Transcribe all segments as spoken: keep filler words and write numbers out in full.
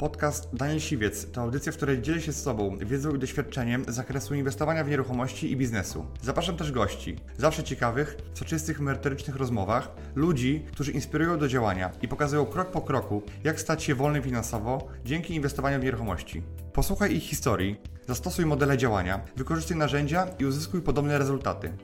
Podcast Daniel Siwiec to audycja, w której dzielę się z Tobą wiedzą i doświadczeniem z zakresu inwestowania w nieruchomości i biznesu. Zapraszam też gości, zawsze ciekawych, w soczystych, merytorycznych rozmowach, ludzi, którzy inspirują do działania i pokazują krok po kroku, jak stać się wolnym finansowo dzięki inwestowaniu w nieruchomości. Posłuchaj ich historii, zastosuj modele działania, wykorzystuj narzędzia i uzyskuj podobne rezultaty.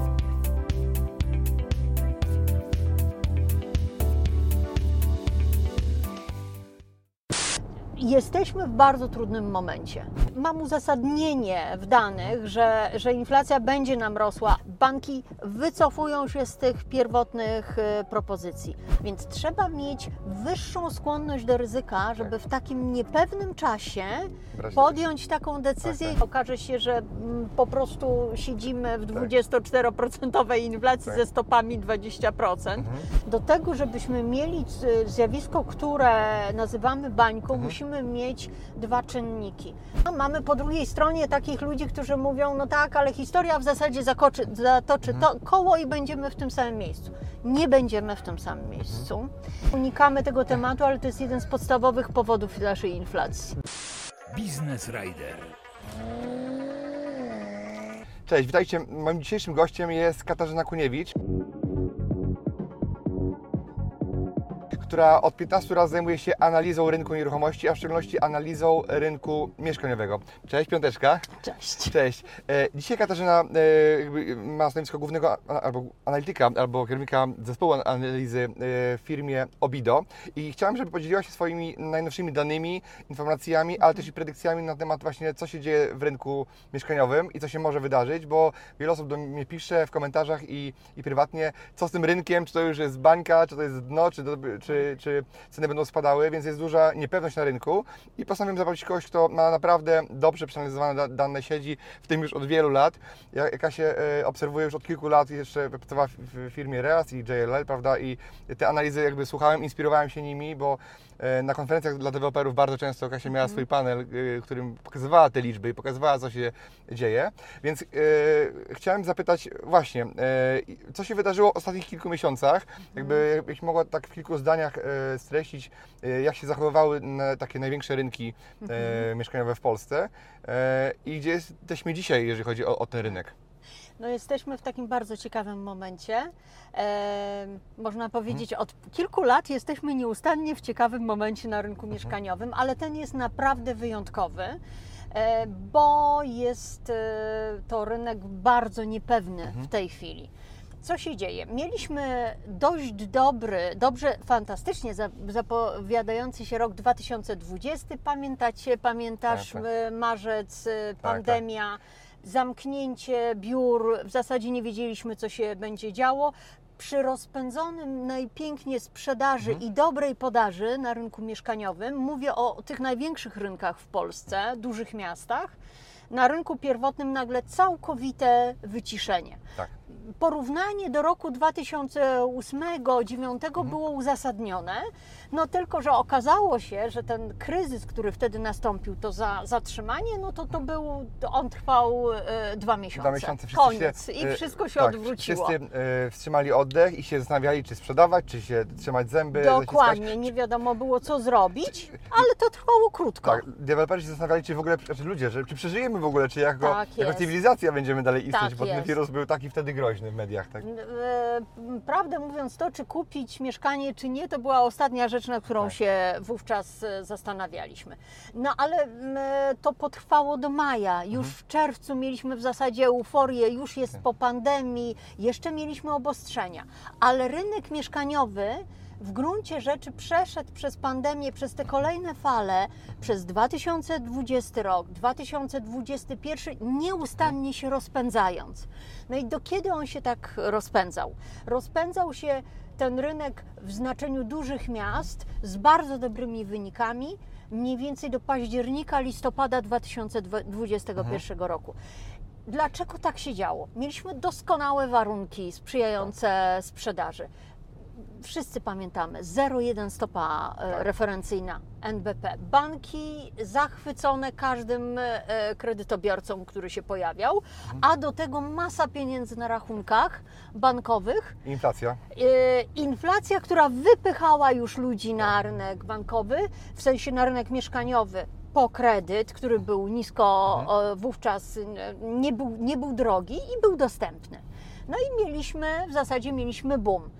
Jesteśmy w bardzo trudnym momencie. Mam uzasadnienie w danych, że, że inflacja będzie nam rosła. Banki wycofują się z tych pierwotnych propozycji, więc trzeba mieć wyższą skłonność do ryzyka, żeby w takim niepewnym czasie podjąć taką decyzję. Tak, tak. Okaże się, że po prostu siedzimy w dwudziestoczteroprocentowej inflacji tak. ze stopami dwadzieścia procent. Mhm. Do tego, żebyśmy mieli zjawisko, które nazywamy bańką, mhm. musimy mieć dwa czynniki. No, mamy po drugiej stronie takich ludzi, którzy mówią, no tak, ale historia w zasadzie zakoczy, zatoczy to koło i będziemy w tym samym miejscu. Nie będziemy w tym samym miejscu. Unikamy tego tematu, ale to jest jeden z podstawowych powodów naszej inflacji. Business Rider. Cześć, witajcie. Moim dzisiejszym gościem jest Katarzyna Kuniewicz, która od piętnastu lat zajmuje się analizą rynku nieruchomości, a w szczególności analizą rynku mieszkaniowego. Cześć, piąteczka. Cześć. Cześć. Dzisiaj Katarzyna ma stanowisko głównego albo analityka, albo kierownika zespołu analizy w firmie Obido i chciałem, żeby podzieliła się swoimi najnowszymi danymi, informacjami, ale też i predykcjami na temat właśnie, co się dzieje w rynku mieszkaniowym i co się może wydarzyć, bo wiele osób do mnie pisze w komentarzach i, i prywatnie, co z tym rynkiem, czy to już jest bańka, czy to jest dno, czy, to, czy czy ceny będą spadały, więc jest duża niepewność na rynku i postanowiłem zaprosić kogoś, kto ma naprawdę dobrze przeanalizowane dane, siedzi w tym już od wielu lat. Ja się obserwuję już od kilku lat, jeszcze pracowała w firmie Reas i J L L, prawda, i te analizy jakby słuchałem, inspirowałem się nimi, bo na konferencjach dla deweloperów bardzo często Kasia miała swój panel, w którym pokazywała te liczby i pokazywała, co się dzieje, więc e, chciałem zapytać właśnie, e, co się wydarzyło w ostatnich kilku miesiącach, jakby, jakbyś mogła tak w kilku zdaniach e, streścić, e, jak się zachowywały na takie największe rynki e, mieszkaniowe w Polsce e, i gdzie jesteśmy dzisiaj, jeżeli chodzi o, o ten rynek. No jesteśmy w takim bardzo ciekawym momencie. E, można powiedzieć, od kilku lat jesteśmy nieustannie w ciekawym momencie na rynku mieszkaniowym, ale ten jest naprawdę wyjątkowy, e, bo jest e, to rynek bardzo niepewny mhm. w tej chwili. Co się dzieje? Mieliśmy dość dobry, dobrze, fantastycznie zapowiadający się rok dwa tysiące dwudziesty. Pamiętacie, pamiętasz tak, tak. marzec, pandemia, tak, tak. zamknięcie biur, w zasadzie nie wiedzieliśmy, co się będzie działo. Przy rozpędzonym najpiękniej sprzedaży mhm. i dobrej podaży na rynku mieszkaniowym, mówię o tych największych rynkach w Polsce, dużych miastach, na rynku pierwotnym nagle całkowite wyciszenie. Tak. Porównanie do roku dwa tysiące ósmego do dwa tysiące dziewiątego mhm. było uzasadnione, no tylko, że okazało się, że ten kryzys, który wtedy nastąpił, to za, zatrzymanie, no to to był, on trwał e, dwa miesiące. Dwa miesiące. Koniec. Się, I wszystko się tak, odwróciło. Wszyscy e, wstrzymali oddech i się zastanawiali, czy sprzedawać, czy się trzymać zęby. Dokładnie, zaciskać. Nie wiadomo było, co zrobić, ale to trwało krótko. Tak, deweloperzy się zastanawiali, czy w ogóle, znaczy ludzie, że, czy przeżyjemy w ogóle, czy jako, tak jako cywilizacja będziemy dalej istnieć, tak bo jest. ten wirus był taki wtedy groźny w mediach. Tak? Prawdę mówiąc, to czy kupić mieszkanie, czy nie, to była ostatnia rzecz, na którą tak. się wówczas zastanawialiśmy. No ale to potrwało do maja. Już mhm. w czerwcu mieliśmy w zasadzie euforię, już jest okay. po pandemii, jeszcze mieliśmy obostrzenia. Ale rynek mieszkaniowy w gruncie rzeczy przeszedł przez pandemię, przez te kolejne fale, przez dwa tysiące dwudziesty rok, dwa tysiące dwudziesty pierwszy, nieustannie się rozpędzając. No i do kiedy on się tak rozpędzał? Rozpędzał się ten rynek w znaczeniu dużych miast z bardzo dobrymi wynikami, mniej więcej do października, listopada dwa tysiące dwudziestego pierwszego mhm. roku. Dlaczego tak się działo? Mieliśmy doskonałe warunki sprzyjające sprzedaży. wszyscy pamiętamy, zero przecinek jeden stopa e, Tak. referencyjna N B P. Banki zachwycone każdym e, kredytobiorcą, który się pojawiał, a do tego masa pieniędzy na rachunkach bankowych. Inflacja. E, Inflacja, która wypychała już ludzi na rynek bankowy, w sensie na rynek mieszkaniowy, po kredyt, który był nisko, o, wówczas e, nie był, nie był drogi i był dostępny. No i mieliśmy, w zasadzie mieliśmy boom.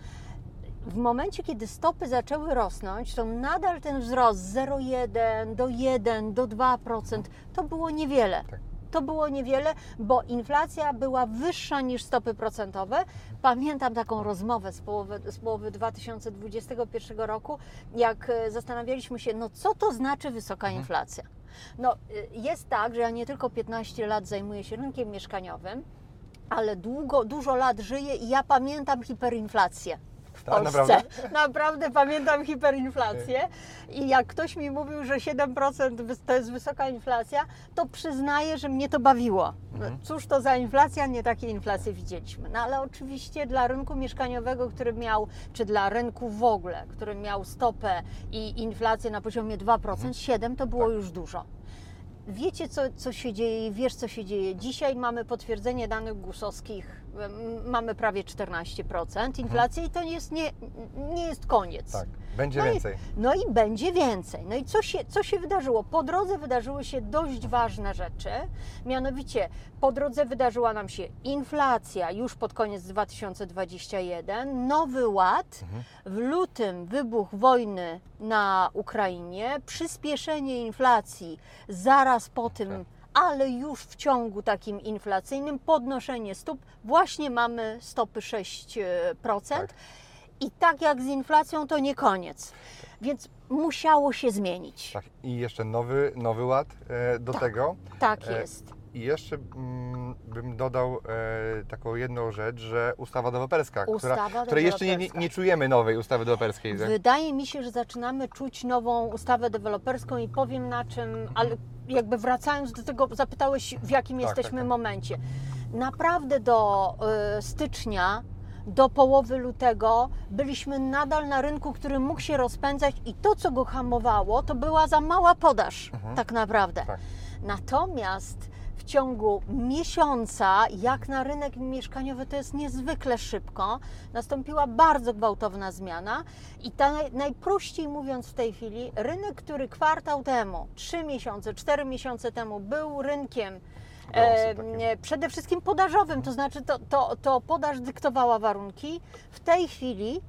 W momencie, kiedy stopy zaczęły rosnąć, to nadal ten wzrost z zero przecinek jeden do jeden do dwa procent to było niewiele. Tak. To było niewiele, bo inflacja była wyższa niż stopy procentowe. Pamiętam taką rozmowę z połowy, z połowy dwa tysiące dwudziestego pierwszego roku, jak e, zastanawialiśmy się, no co to znaczy wysoka Mhm. inflacja. No, y, jest tak, że ja nie tylko piętnaście lat zajmuję się rynkiem mieszkaniowym, ale długo, dużo lat żyję i ja pamiętam hiperinflację. W Tak, Polsce. naprawdę? Naprawdę pamiętam hiperinflację i jak ktoś mi mówił, że siedem procent wys- to jest wysoka inflacja, to przyznaję, że mnie to bawiło. Mhm. Cóż to za inflacja? Nie takie inflacje widzieliśmy. No ale oczywiście dla rynku mieszkaniowego, który miał, czy dla rynku w ogóle, który miał stopę i inflację na poziomie dwa procent, siedem to było Tak. już dużo. Wiecie, co, co się dzieje i wiesz, co się dzieje. Dzisiaj mamy potwierdzenie danych gusowskich, m, mamy prawie czternaście procent inflacji i to nie jest, nie, nie jest koniec. Tak, będzie No i- więcej. No i będzie więcej. No i co się, co się wydarzyło? Po drodze wydarzyły się dość ważne rzeczy. Mianowicie po drodze wydarzyła nam się inflacja już pod koniec dwa tysiące dwudziestego pierwszego, Nowy Ład, w lutym wybuch wojny na Ukrainie, przyspieszenie inflacji zaraz po tym, ale już w ciągu takim inflacyjnym, podnoszenie stóp. Właśnie mamy stopy sześć procent. Tak. I tak jak z inflacją, to nie koniec. Więc musiało się zmienić. Tak. I jeszcze nowy, nowy ład e, do Tak. tego. Tak E, jest. I jeszcze mm, bym dodał e, taką jedną rzecz, że ustawa deweloperska, która, Ustawa której jeszcze nie, nie, deweloperska. nie czujemy nowej ustawy deweloperskiej. tak? Wydaje mi się, że zaczynamy czuć nową ustawę deweloperską i powiem na czym, ale jakby wracając do tego, zapytałeś w jakim Tak, jesteśmy tak, tak. momencie. Naprawdę do y, stycznia, do połowy lutego byliśmy nadal na rynku, który mógł się rozpędzać i to, co go hamowało, to była za mała podaż, Mhm. tak naprawdę. Tak. Natomiast w ciągu miesiąca, jak na rynek mieszkaniowy, to jest niezwykle szybko, nastąpiła bardzo gwałtowna zmiana i ta naj, najprościej mówiąc w tej chwili, rynek, który kwartał temu, trzy miesiące, cztery miesiące temu był rynkiem e, takim. e, przede wszystkim podażowym, to znaczy to, to, to podaż dyktowała warunki. W tej chwili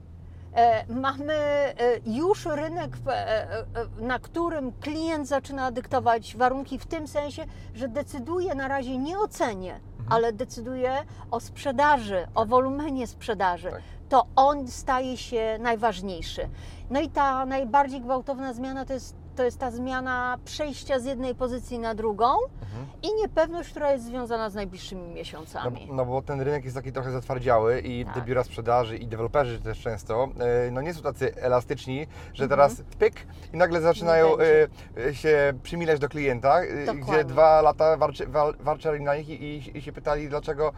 E, mamy e, już rynek, w- e, e, na którym klient zaczyna dyktować warunki w tym sensie, że decyduje na razie nie o cenie, ale decyduje o sprzedaży, o wolumenie sprzedaży. Tak. To on staje się najważniejszy. No i ta najbardziej gwałtowna zmiana to jest, to jest ta zmiana przejścia z jednej pozycji na drugą i niepewność, która jest związana z najbliższymi No, miesiącami. no bo ten rynek jest taki trochę zatwardziały i Tak. te biura sprzedaży i deweloperzy też często e, no nie są tacy elastyczni, że Mhm. teraz pyk i nagle zaczynają będzie. e, e, się przymilać do klienta, e, Dokładnie. gdzie dwa lata warczy, wal, warczeli na nich i, i, i się pytali dlaczego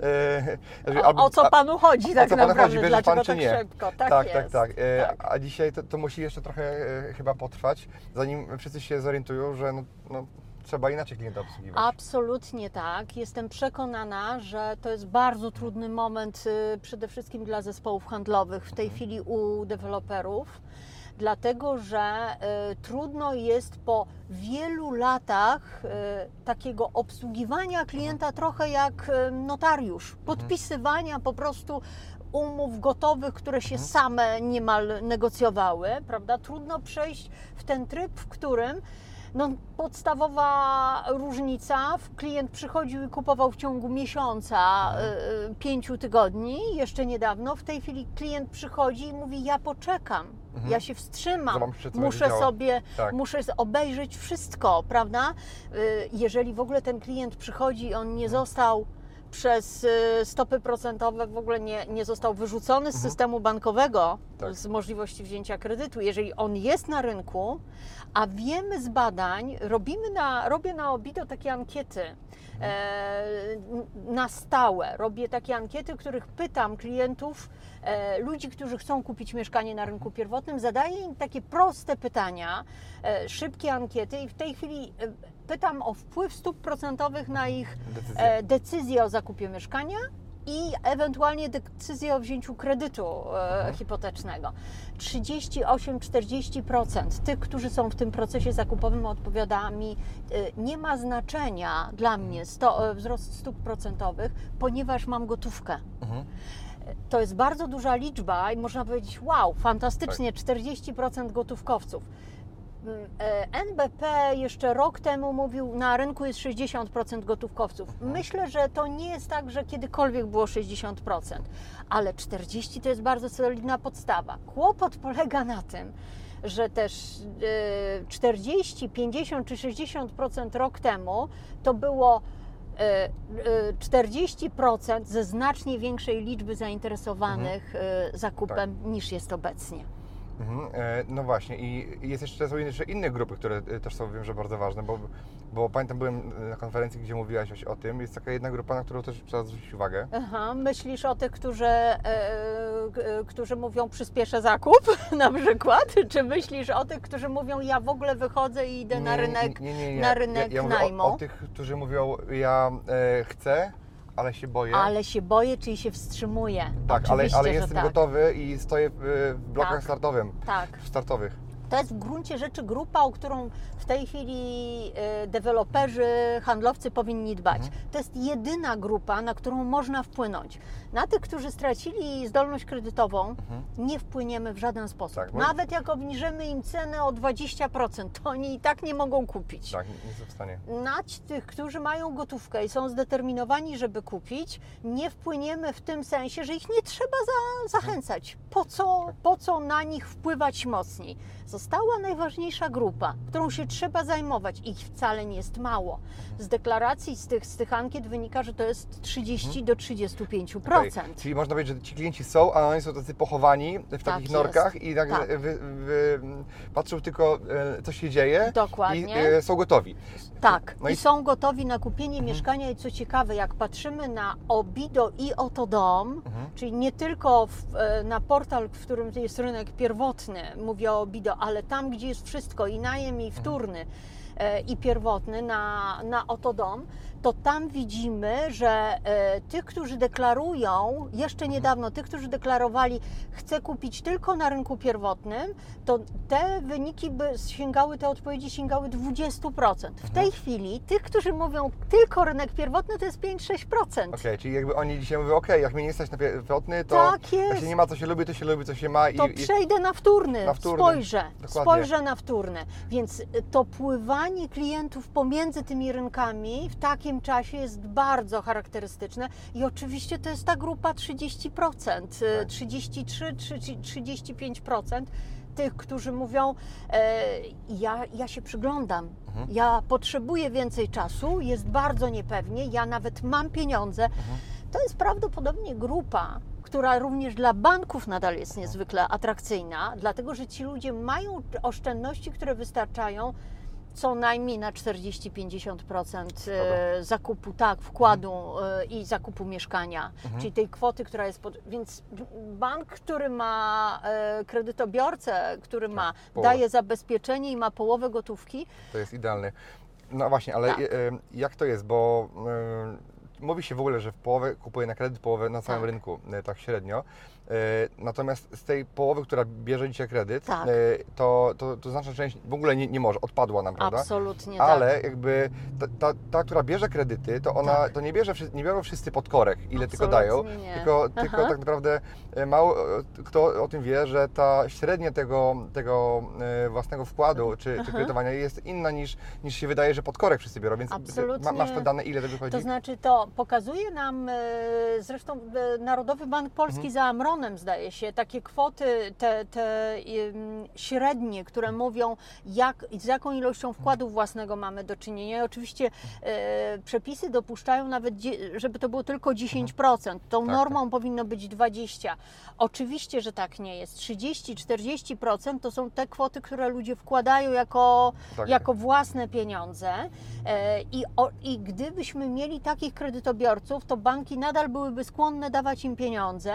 e, O, o co panu chodzi tak o co panu naprawdę? chodzi, bierze Dlaczego pan czy tak nie? szybko? Tak, tak, jest. tak, tak. E, tak. A dzisiaj to, to musi jeszcze trochę e, chyba potrwać, zanim wszyscy się zorientują, że no, no, trzeba inaczej klienta obsługiwać. Absolutnie tak. Jestem przekonana, że to jest bardzo trudny moment y, przede wszystkim dla zespołów handlowych w tej chwili u deweloperów, dlatego że y, trudno jest po wielu latach y, takiego obsługiwania klienta trochę jak y, notariusz, podpisywania po prostu umów gotowych, które się same niemal negocjowały, prawda? Trudno przejść w ten tryb, w którym no, podstawowa różnica, klient przychodził i kupował w ciągu miesiąca, y, y, pięciu tygodni, jeszcze niedawno, w tej chwili klient przychodzi i mówi, ja poczekam, Mhm. ja się wstrzymam, Zobaczmy, co będzie muszę działo. sobie, Tak. muszę obejrzeć wszystko, prawda? Y, Jeżeli w ogóle ten klient przychodzi i on nie został przez y, stopy procentowe, w ogóle nie, nie został wyrzucony z systemu bankowego, Tak. z możliwości wzięcia kredytu. Jeżeli on jest na rynku, a wiemy z badań, robimy na, robię na Obido takie ankiety e, na stałe. Robię takie ankiety, w których pytam klientów, e, ludzi, którzy chcą kupić mieszkanie na rynku pierwotnym, zadaję im takie proste pytania, e, szybkie ankiety i w tej chwili e, pytam o wpływ stóp procentowych na ich Decyzje. e, decyzję o zakupie mieszkania i ewentualnie decyzję o wzięciu kredytu e, hipotecznego. trzydzieści osiem do czterdziestu procent tych, którzy są w tym procesie zakupowym, odpowiada mi, e, nie ma znaczenia dla mnie sto, e, wzrost stóp procentowych, ponieważ mam gotówkę. Mhm. To jest bardzo duża liczba i można powiedzieć, wow, fantastycznie, czterdzieści procent gotówkowców. N B P jeszcze rok temu mówił, na rynku jest sześćdziesiąt procent gotówkowców. Myślę, że to nie jest tak, że kiedykolwiek było sześćdziesiąt procent, ale czterdzieści procent to jest bardzo solidna podstawa. Kłopot polega na tym, że też czterdzieści, pięćdziesiąt czy sześćdziesiąt procent rok temu to było czterdzieści procent ze znacznie większej liczby zainteresowanych mhm. zakupem tak. niż jest obecnie. Mhm, no właśnie i jest jeszcze, są jeszcze inne grupy, które też są, wiem, że bardzo ważne, bo, bo pamiętam, byłem na konferencji, gdzie mówiłaś o tym, jest taka jedna grupa, na którą też trzeba zwrócić uwagę. Aha, myślisz o tych, którzy, e, e, którzy mówią przyspieszę zakup na przykład, czy myślisz o tych, którzy mówią ja w ogóle wychodzę i idę nie, na rynek, nie, nie, nie. Na rynek ja, ja najmu? O, o tych, którzy mówią ja e, chcę, ale się boję. Ale się boję, czyli się wstrzymuję. Tak, ale, Oczywiście, ale że jestem tak. gotowy i stoję w, w blokach Tak. startowym, Tak. startowych. To jest w gruncie rzeczy grupa, o którą w tej chwili y, deweloperzy, handlowcy powinni dbać. Mhm. To jest jedyna grupa, na którą można wpłynąć. Na tych, którzy stracili zdolność kredytową, Mhm. nie wpłyniemy w żaden sposób. Tak, bo- Nawet jak obniżymy im cenę o dwadzieścia procent, to oni i tak nie mogą kupić. Tak, nie są w stanie. Na tych, którzy mają gotówkę i są zdeterminowani, żeby kupić, nie wpłyniemy w tym sensie, że ich nie trzeba za, zachęcać. Po co, po co na nich wpływać mocniej? Została najważniejsza grupa, którą się trzeba zajmować. Ich wcale nie jest mało. Z deklaracji, z tych, z tych ankiet wynika, że to jest trzydzieści do trzydziestu pięciu procent. Okay. Czyli można powiedzieć, że ci klienci są, a oni są tacy pochowani w Tak takich jest. norkach i nagle Tak. wy, wy, patrzą tylko, e, co się dzieje. Dokładnie. I e, są gotowi. Tak, No i, i- są gotowi na kupienie mieszkania i co ciekawe, jak patrzymy na Obido i Oto Dom, Mhm. czyli nie tylko w, e, na portal, w którym jest rynek pierwotny, mówię o Obido, ale tam, gdzie jest wszystko, i najem, i wtórny, e, i pierwotny na, na Oto Dom, to tam widzimy, że e, tych, którzy deklarują, jeszcze niedawno tych, którzy deklarowali, chcę kupić tylko na rynku pierwotnym, to te wyniki by sięgały, te odpowiedzi sięgały dwadzieścia procent. W tej chwili tych, którzy mówią tylko rynek pierwotny, to jest pięć do sześciu procent. Okej, czyli jakby oni dzisiaj mówią, okej, jak mnie nie stać na pierwotny, to Tak jest. jak się nie ma, co się lubi, to się lubi, co się ma. To i, i... przejdę na wtórny, Na wtórny, spojrzę, dokładnie. spojrzę na wtórny. Więc to pływanie klientów pomiędzy tymi rynkami w takim czasie jest bardzo charakterystyczne i oczywiście to jest ta grupa trzydzieści procent, Tak. trzydzieści trzy do trzydziestu pięciu procent tych, którzy mówią, e, ja, ja się przyglądam, Mhm. ja potrzebuję więcej czasu, jest bardzo niepewnie, ja nawet mam pieniądze. Mhm. To jest prawdopodobnie grupa, która również dla banków nadal jest niezwykle atrakcyjna, dlatego że ci ludzie mają oszczędności, które wystarczają co najmniej na czterdzieści do pięćdziesięciu procent e, zakupu, tak, wkładu e, i zakupu mieszkania, Mhm. czyli tej kwoty, która jest pod... Więc bank, który ma e, kredytobiorcę, który ma, połowę. daje zabezpieczenie i ma połowę gotówki, To jest idealny. No właśnie, ale Tak. e, e, jak to jest, bo e, mówi się w ogóle, że w połowę kupuje na kredyt, połowę na całym Tak. rynku, e, tak średnio. E, natomiast z tej połowy, która bierze dzisiaj kredyt, Tak. e, to, to, to znaczna część w ogóle nie, nie może, odpadła nam, prawda? absolutnie Ale tak. jakby ta, ta, ta, która bierze kredyty, to ona Tak. to nie bierze, wszy- nie biorą wszyscy pod korek, ile tylko dają, Absolutnie nie. tylko, tylko Aha. tak naprawdę e, mało e, kto o tym wie, że ta średnia tego, tego e, własnego wkładu czy, czy kredytowania jest inna niż, niż się wydaje, że pod korek wszyscy biorą, więc Absolutnie. ma, masz te dane, ile to wychodzi? To znaczy to pokazuje nam e, zresztą e, Narodowy Bank Polski Mhm. za Amron milionem, zdaje się, takie kwoty, te, te ym, średnie, które mówią, jak, z jaką ilością wkładu własnego mamy do czynienia. I oczywiście e, przepisy dopuszczają nawet, żeby to było tylko dziesięć procent. Tą tak, normą tak. powinno być dwadzieścia procent. Oczywiście, że tak nie jest. trzydzieści do czterdziestu procent to są te kwoty, które ludzie wkładają jako, Tak. jako własne pieniądze. E, i, o, I gdybyśmy mieli takich kredytobiorców, to banki nadal byłyby skłonne dawać im pieniądze.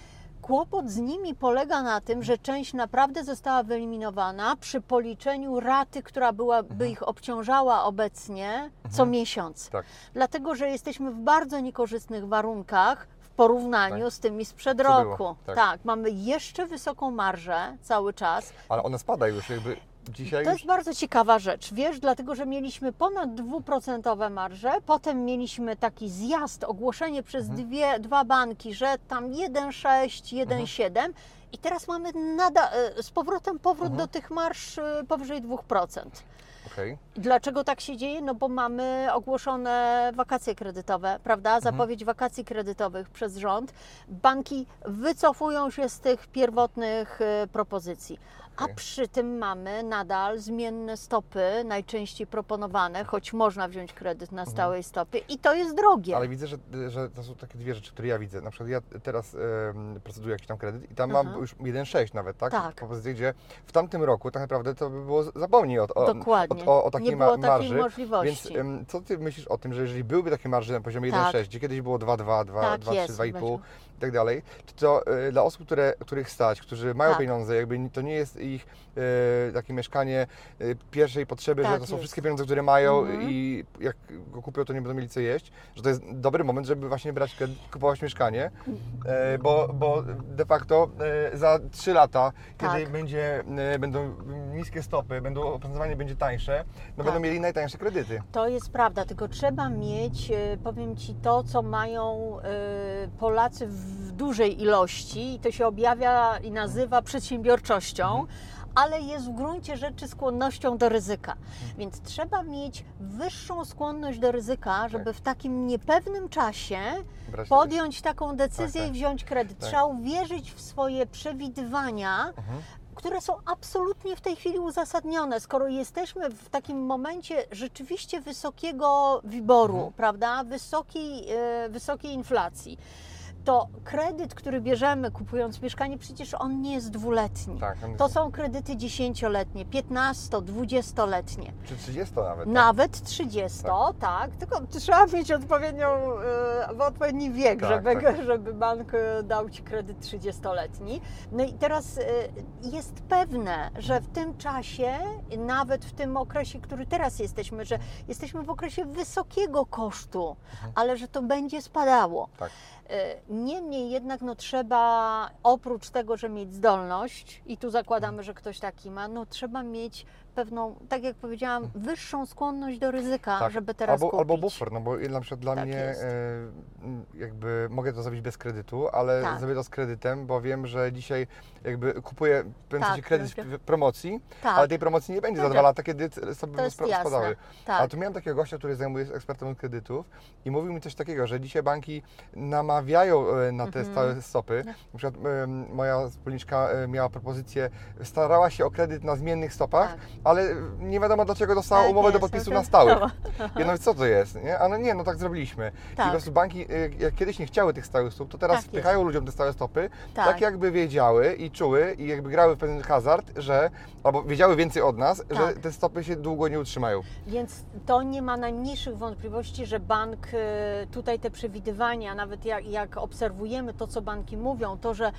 Kłopot z nimi polega na tym, że część naprawdę została wyeliminowana przy policzeniu raty, która byłaby Mhm. ich obciążała obecnie co miesiąc. Tak. Dlatego, że jesteśmy w bardzo niekorzystnych warunkach w porównaniu Tak. z tymi sprzed Co roku. było, tak. tak, mamy jeszcze wysoką marżę cały czas. Ale one spadają już jakby dzisiaj To już... jest bardzo ciekawa rzecz, wiesz, dlatego że mieliśmy ponad dwuprocentowe marże, potem mieliśmy taki zjazd, ogłoszenie przez Mhm. dwie, dwa banki, że tam jeden przecinek sześć, jeden przecinek siedem i teraz mamy nada, z powrotem powrót Mhm. do tych marż y, powyżej dwóch procent. Okej. Dlaczego tak się dzieje? No bo mamy ogłoszone wakacje kredytowe, prawda? Zapowiedź wakacji kredytowych przez rząd. Banki wycofują się z tych pierwotnych y, propozycji. A Okej. przy tym mamy nadal zmienne stopy, najczęściej proponowane, choć można wziąć kredyt na stałej stopie i to jest drogie. Ale widzę, że, że to są takie dwie rzeczy, które ja widzę. Na przykład ja teraz e, proceduję jakiś tam kredyt i tam mam Mhm. już jeden przecinek sześć nawet, tak? Tak. Propozycje, gdzie w tamtym roku tak naprawdę to by było zapomnij o, o, Dokładnie. o, o takiej Nie było ma- takiej marży. możliwości. Więc em, co Ty myślisz o tym, że jeżeli byłyby takie marże na poziomie Tak. jeden przecinek sześć, gdzie kiedyś było dwa przecinek dwa, Tak dwa przecinek trzy, jest, dwa przecinek pięć Basiu. i tak dalej, to, to e, dla osób, które, których stać, którzy mają Tak. pieniądze, jakby to nie jest ich e, takie mieszkanie e, pierwszej potrzeby, że Tak to są jest. wszystkie pieniądze, które mają Mhm. i jak go kupią, to nie będą mieli co jeść, że to jest dobry moment, żeby właśnie brać kredyt, kupować mieszkanie, e, bo, bo de facto e, za trzy lata, kiedy Tak. będzie, e, będą niskie stopy, będą, oprocentowanie będzie tańsze, no Tak. będą mieli najtańsze kredyty. To jest prawda, tylko trzeba mieć, e, powiem Ci, to, co mają e, Polacy w dużej ilości i to się objawia i nazywa przedsiębiorczością, ale jest w gruncie rzeczy skłonnością do ryzyka. Więc trzeba mieć wyższą skłonność do ryzyka, żeby w takim niepewnym czasie Brać podjąć taką decyzję Tak, tak. i wziąć kredyt. Tak. Trzeba uwierzyć w swoje przewidywania, Mhm. które są absolutnie w tej chwili uzasadnione. Skoro jesteśmy w takim momencie rzeczywiście wysokiego wiboru, Mhm. prawda, wysokiej, e, wysokiej inflacji, to kredyt, który bierzemy kupując mieszkanie, przecież on nie jest dwuletni. Tak, on To jest- są kredyty dziesięcioletnie, piętnasto, dwudziestoletnie. Czy trzydzieści nawet? tak? Nawet trzydzieści, tak. Tylko trzeba mieć odpowiednią, e, w odpowiedni wiek, Tak, żeby, tak. żeby bank e, dał Ci kredyt trzydziestoletni. No i teraz e, jest pewne, że w tym czasie, nawet w tym okresie, który teraz jesteśmy, że jesteśmy w okresie wysokiego kosztu, ale że to będzie spadało. Tak. E, Niemniej jednak no, trzeba, oprócz tego, że mieć zdolność, i tu zakładamy, że ktoś taki ma, no trzeba mieć pewną, tak jak powiedziałam, wyższą skłonność do ryzyka, Tak. żeby teraz albo, kupić. albo buffer, no bo na przykład dla Tak mnie jest. e, m, jakby mogę to zrobić bez kredytu, ale Tak. zrobię to z kredytem, bo wiem, że dzisiaj jakby kupuję w pewnym Tak, sensie kredyt ludzie- w promocji, Tak. ale tej promocji nie będzie za Dobra. dwa lata, kiedy c- sobie To jest spra- jasne. spadały. Tak. A tu miałem takiego gościa, który zajmuje się ekspertem od kredytów i mówił mi coś takiego, że dzisiaj banki namawiają e, na te Mhm. stałe stopy. Na przykład e, moja wspólniczka e, miała propozycję, starała się o kredyt na zmiennych stopach, Tak. ale nie wiadomo dlaczego dostała Tak umowę do jest, podpisu to- na stałych. to- Ja no co to jest? Nie? A no nie, no tak zrobiliśmy. I Tak. po prostu banki, y, jak kiedyś nie chciały tych stałych stóp, to teraz Tak jest. wpychają ludziom te stałe stopy, tak. Tak. jakby wiedziały i czuły i jakby grały w pewien hazard, że, albo wiedziały więcej od nas, że Tak. te stopy się długo nie utrzymają. Więc to nie ma najmniejszych wątpliwości, że bank e, tutaj te przewidywania, nawet jak, jak obserwujemy to, co banki mówią, to, że e,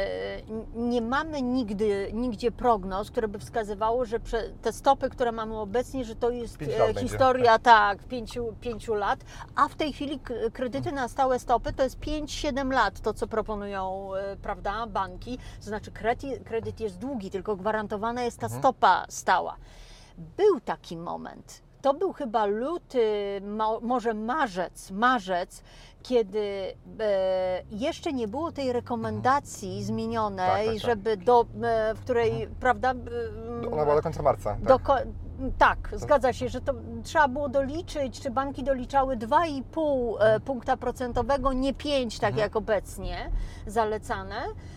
n- nie mamy nigdy, nigdzie prognoz, które by wskazywało, że prze, te stopy, które mamy obecnie, że to jest Pięć lat e, będzie, historia tak, pięciu, pięciu lat, a w tej chwili k- kredyty na stałe stopy to jest pięć siedem lat, to co proponują e, prawda, banki, to znaczy kredyt, kredyt jest długi, tylko gwarantowana jest ta stopa stała. Był taki moment. To był chyba luty, mo, może marzec, marzec, kiedy e, jeszcze nie było tej rekomendacji zmienionej, Tak, tak, tak. żeby do, e, w której, prawda, e, Ona była do końca marca. Tak? do, ko- Tak, zgadza się, że to trzeba było doliczyć, czy banki doliczały dwa i pół punkta procentowego, nie pięć, tak Mhm. jak obecnie zalecane,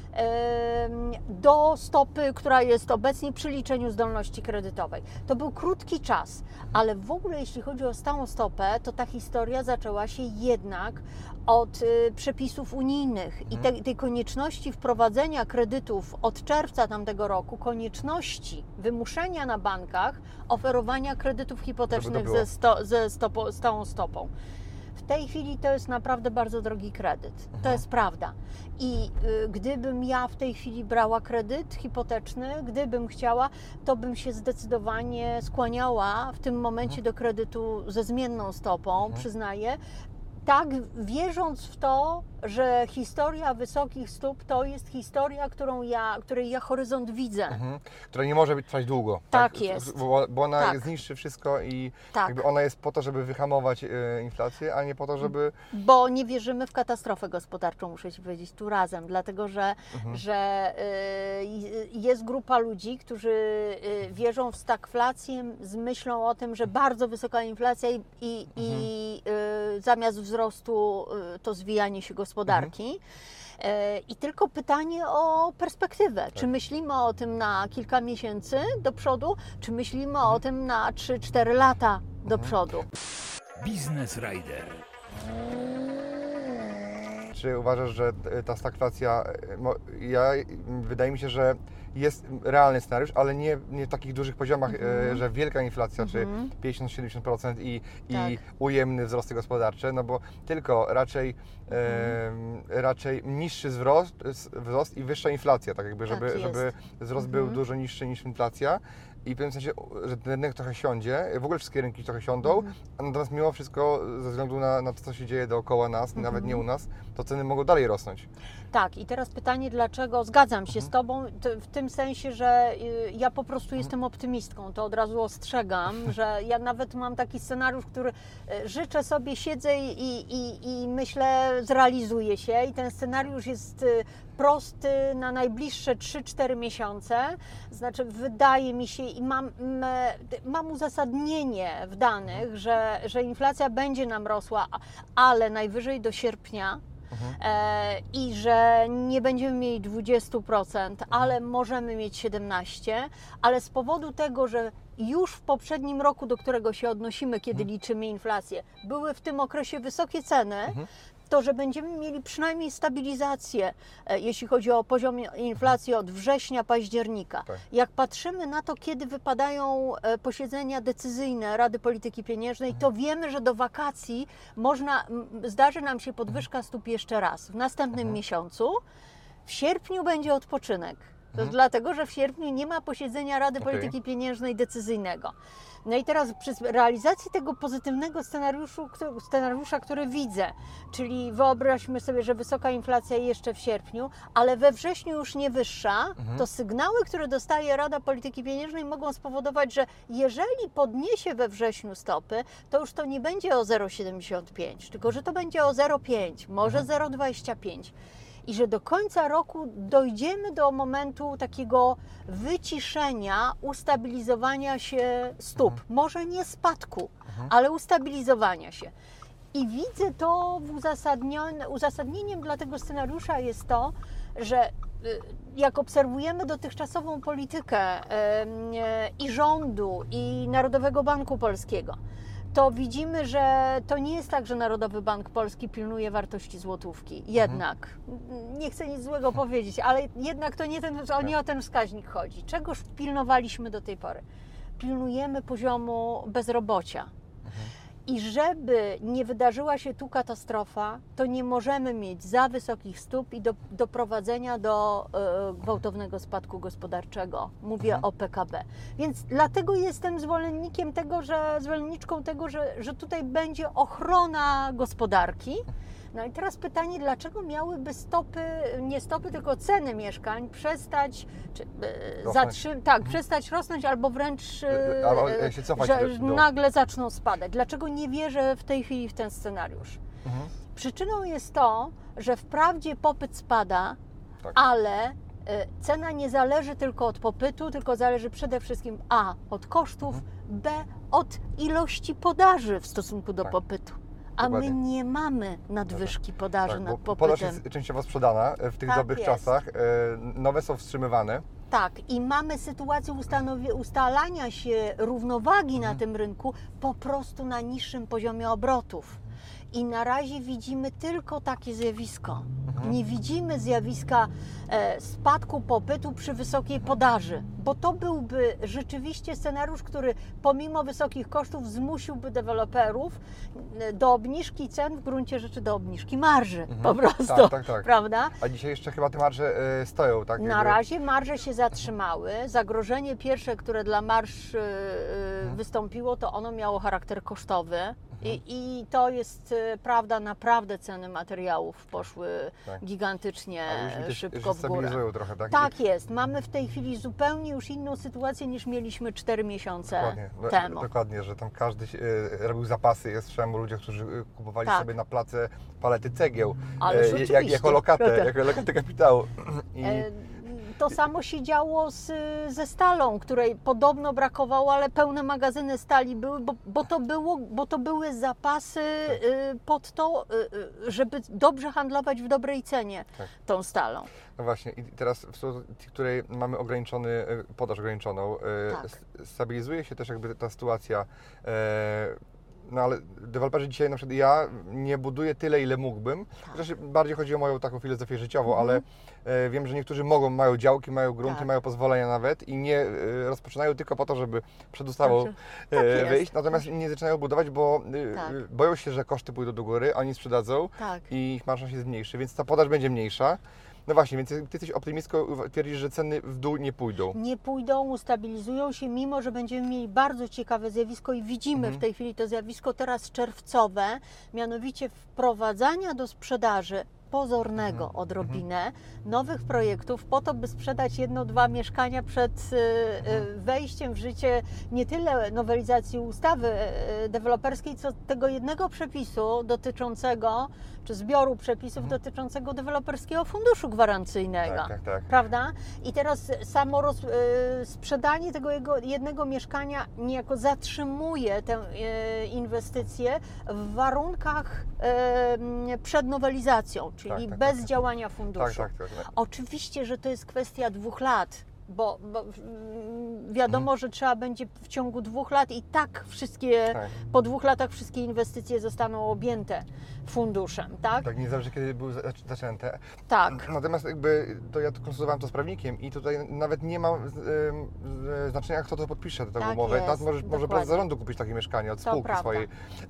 do stopy, która jest obecnie przy liczeniu zdolności kredytowej. To był krótki czas, ale w ogóle jeśli chodzi o stałą stopę, to ta historia zaczęła się jednak od y, przepisów unijnych i te, tej konieczności wprowadzenia kredytów od czerwca tamtego roku, konieczności wymuszenia na bankach oferowania kredytów hipotecznych było. ze, sto, ze stopo, stałą stopą. W tej chwili to jest naprawdę bardzo drogi kredyt. To jest prawda. I y, gdybym ja w tej chwili brała kredyt hipoteczny, gdybym chciała, to bym się zdecydowanie skłaniała w tym momencie do kredytu ze zmienną stopą, przyznaję. Tak, wierząc w to, że historia wysokich stóp to jest historia, którą ja, której ja horyzont widzę. Mhm. Która nie może być trwać długo. Tak jest. Bo, bo ona Tak. zniszczy wszystko i Tak. jakby ona jest po to, żeby wyhamować e, inflację, a nie po to, żeby... Bo nie wierzymy w katastrofę gospodarczą, muszę Ci powiedzieć, tu razem, dlatego że, że y, jest grupa ludzi, którzy y, wierzą w stagflację z myślą o tym, że bardzo wysoka inflacja i, i, i y, zamiast wzrostu y, to zwijanie się gospodarki. E, I tylko pytanie o perspektywę. Czy myślimy o tym na kilka miesięcy do przodu, czy myślimy o tym na trzy cztery lata do przodu? Biznes Rider. Czy uważasz, że ta stagflacja, mo- ja, wydaje mi się, że jest realny scenariusz, ale nie, nie w takich dużych poziomach, e, że wielka inflacja, czy pięćdziesiąt do siedemdziesięciu procent i, i Tak. ujemne wzrosty gospodarcze, no bo tylko raczej, e, raczej niższy wzrost, wzrost i wyższa inflacja, tak jakby, Tak żeby, jest. żeby wzrost był dużo niższy niż inflacja. I w pewnym sensie, że ten rynek trochę siądzie, w ogóle wszystkie rynki trochę siądą, a natomiast mimo wszystko, ze względu na, na to, co się dzieje dookoła nas, nawet nie u nas, to ceny mogą dalej rosnąć. Tak, i teraz pytanie, dlaczego zgadzam się z Tobą t- w tym sensie, że y, ja po prostu jestem optymistką, to od razu ostrzegam, że ja nawet mam taki scenariusz, który y, życzę sobie, siedzę i, i, i myślę, zrealizuje się i ten scenariusz jest y, prosty na najbliższe trzy cztery miesiące, znaczy wydaje mi się i mam, m, mam uzasadnienie w danych, że, że inflacja będzie nam rosła, ale najwyżej do sierpnia. E, I że nie będziemy mieli dwadzieścia procent, ale możemy mieć siedemnaście procent, ale z powodu tego, że już w poprzednim roku, do którego się odnosimy, kiedy liczymy inflację, były w tym okresie wysokie ceny, to że będziemy mieli przynajmniej stabilizację, e, jeśli chodzi o poziom inflacji od września, października. Tak. Jak patrzymy na to, kiedy wypadają e, posiedzenia decyzyjne Rady Polityki Pieniężnej, to wiemy, że do wakacji można, m, zdarzy nam się podwyżka stóp jeszcze raz w następnym miesiącu. W sierpniu będzie odpoczynek. To jest dlatego, że w sierpniu nie ma posiedzenia Rady Okej. Polityki Pieniężnej decyzyjnego. No i teraz przy realizacji tego pozytywnego scenariuszu, który, scenariusza, który widzę, czyli wyobraźmy sobie, że wysoka inflacja jeszcze w sierpniu, ale we wrześniu już nie wyższa, to sygnały, które dostaje Rada Polityki Pieniężnej mogą spowodować, że jeżeli podniesie we wrześniu stopy, to już to nie będzie o zero przecinek siedemdziesiąt pięć, tylko że to będzie o zero przecinek pięć, może zero przecinek dwadzieścia pięć. I że do końca roku dojdziemy do momentu takiego wyciszenia, ustabilizowania się stóp. Może nie spadku, ale ustabilizowania się. I widzę to w uzasadnione, uzasadnieniem dla tego scenariusza jest to, że y, jak obserwujemy dotychczasową politykę y, y, i rządu, i Narodowego Banku Polskiego, to widzimy, że to nie jest tak, że Narodowy Bank Polski pilnuje wartości złotówki. Jednak, nie chcę nic złego powiedzieć, ale jednak to nie, ten, nie o ten wskaźnik chodzi. Czegoż pilnowaliśmy do tej pory? Pilnujemy poziomu bezrobocia. I żeby nie wydarzyła się tu katastrofa, to nie możemy mieć za wysokich stóp i do, doprowadzenia do e, gwałtownego spadku gospodarczego. Mówię o P K B. Więc dlatego jestem zwolennikiem tego, że zwolenniczką tego, że, że tutaj będzie ochrona gospodarki. No i teraz pytanie, dlaczego miałyby stopy, nie stopy, tylko ceny mieszkań przestać, czy, e, zatrzym- tak, przestać rosnąć albo wręcz e, Albo jak się cofać że do- do- nagle zaczną spadać. Dlaczego nie wierzę w tej chwili w ten scenariusz? Przyczyną jest to, że wprawdzie popyt spada, Tak. ale Cena nie zależy tylko od popytu, tylko zależy przede wszystkim a. od kosztów, Mhm. b. od ilości podaży w stosunku do Tak. popytu. A Dokładnie. my nie mamy nadwyżki podaży Tak, nad bo podaż popytem. jest częściowo sprzedana w tych Tak dobrych jest. czasach, e, nowe są wstrzymywane. Tak, i mamy sytuację ustanowi- ustalania się równowagi na tym rynku po prostu na niższym poziomie obrotów. I na razie widzimy tylko takie zjawisko. Nie widzimy zjawiska e, spadku popytu przy wysokiej podaży, bo to byłby rzeczywiście scenariusz, który pomimo wysokich kosztów zmusiłby deweloperów e, do obniżki cen, w gruncie rzeczy do obniżki marży po prostu, Tak, tak, tak. prawda? A dzisiaj jeszcze chyba te marże e, stoją, tak? Na Jakby- razie marże się zatrzymały. Zagrożenie pierwsze, które dla marż e, e, wystąpiło, to ono miało charakter kosztowy. I, I to jest e, prawda, naprawdę ceny materiałów poszły Tak. gigantycznie Ale już mi też- szybko już w górę. stabilizują trochę, tak? Tak jest. Mamy w tej chwili zupełnie już inną sytuację niż mieliśmy cztery miesiące Dokładnie, do- temu. dokładnie, że tam każdy się, e, robił zapasy. Ja słyszałem o ludziach, którzy e, kupowali Tak. sobie na place palety cegieł, Ależ e, jak, oczywiście, jako lokatę, prawda. jako lokatę kapitału. I, E, To samo się działo z, ze stalą, której podobno brakowało, ale pełne magazyny stali były, bo, bo, to, było, bo to były zapasy y, pod to, y, y, żeby dobrze handlować w dobrej cenie Tak. tą stalą. No właśnie, i teraz w sytuacji, w której mamy ograniczony, e, podaż ograniczoną, e, Tak. s- stabilizuje się też jakby ta sytuacja. e, No ale deweloperzy dzisiaj, na przykład ja nie buduję tyle, ile mógłbym. Chociaż bardziej chodzi o moją taką filozofię życiową, Mhm. ale e, wiem, że niektórzy mogą, mają działki, mają grunty, Tak. mają pozwolenia nawet i nie e, rozpoczynają tylko po to, żeby przed ustawą Także e, tak jest. wyjść. Natomiast nie zaczynają budować, bo e, Tak. e, boją się, że koszty pójdą do góry, oni sprzedadzą Tak. i ich marża się zmniejszy, więc ta podaż będzie mniejsza. No właśnie, więc ty jesteś optymistką, twierdzisz, że ceny w dół nie pójdą. Nie pójdą, ustabilizują się, mimo że będziemy mieli bardzo ciekawe zjawisko i widzimy Mhm. w tej chwili to zjawisko teraz czerwcowe, mianowicie wprowadzania do sprzedaży pozornego Mhm. odrobinę nowych projektów po to, by sprzedać jedno, dwa mieszkania przed y, y, wejściem w życie nie tyle nowelizacji ustawy y, deweloperskiej, co tego jednego przepisu dotyczącego, czy zbioru przepisów dotyczącego deweloperskiego funduszu gwarancyjnego. Tak, tak, tak. Prawda? I teraz samo roz, y, sprzedanie tego jego jednego mieszkania niejako zatrzymuje tę y, inwestycję w warunkach y, przed nowelizacją, czyli Tak, tak, bez tak. działania funduszu. Tak, tak, tak. tak. Oczywiście, że to jest kwestia dwóch lat, bo, bo mm, wiadomo, że trzeba będzie w ciągu dwóch lat i tak wszystkie, Tak. po dwóch latach wszystkie inwestycje zostaną objęte funduszem, tak? Tak, nie zależy kiedy były zac- zaczęte. Tak. Natomiast jakby to ja to konsultowałem to z prawnikiem i tutaj nawet nie ma z- ym, z- znaczenia, kto to podpisze tę Tak umowę. jest, Nawet może, może dokładnie. prezes zarządu kupić takie mieszkanie od To spółki prawda. swojej,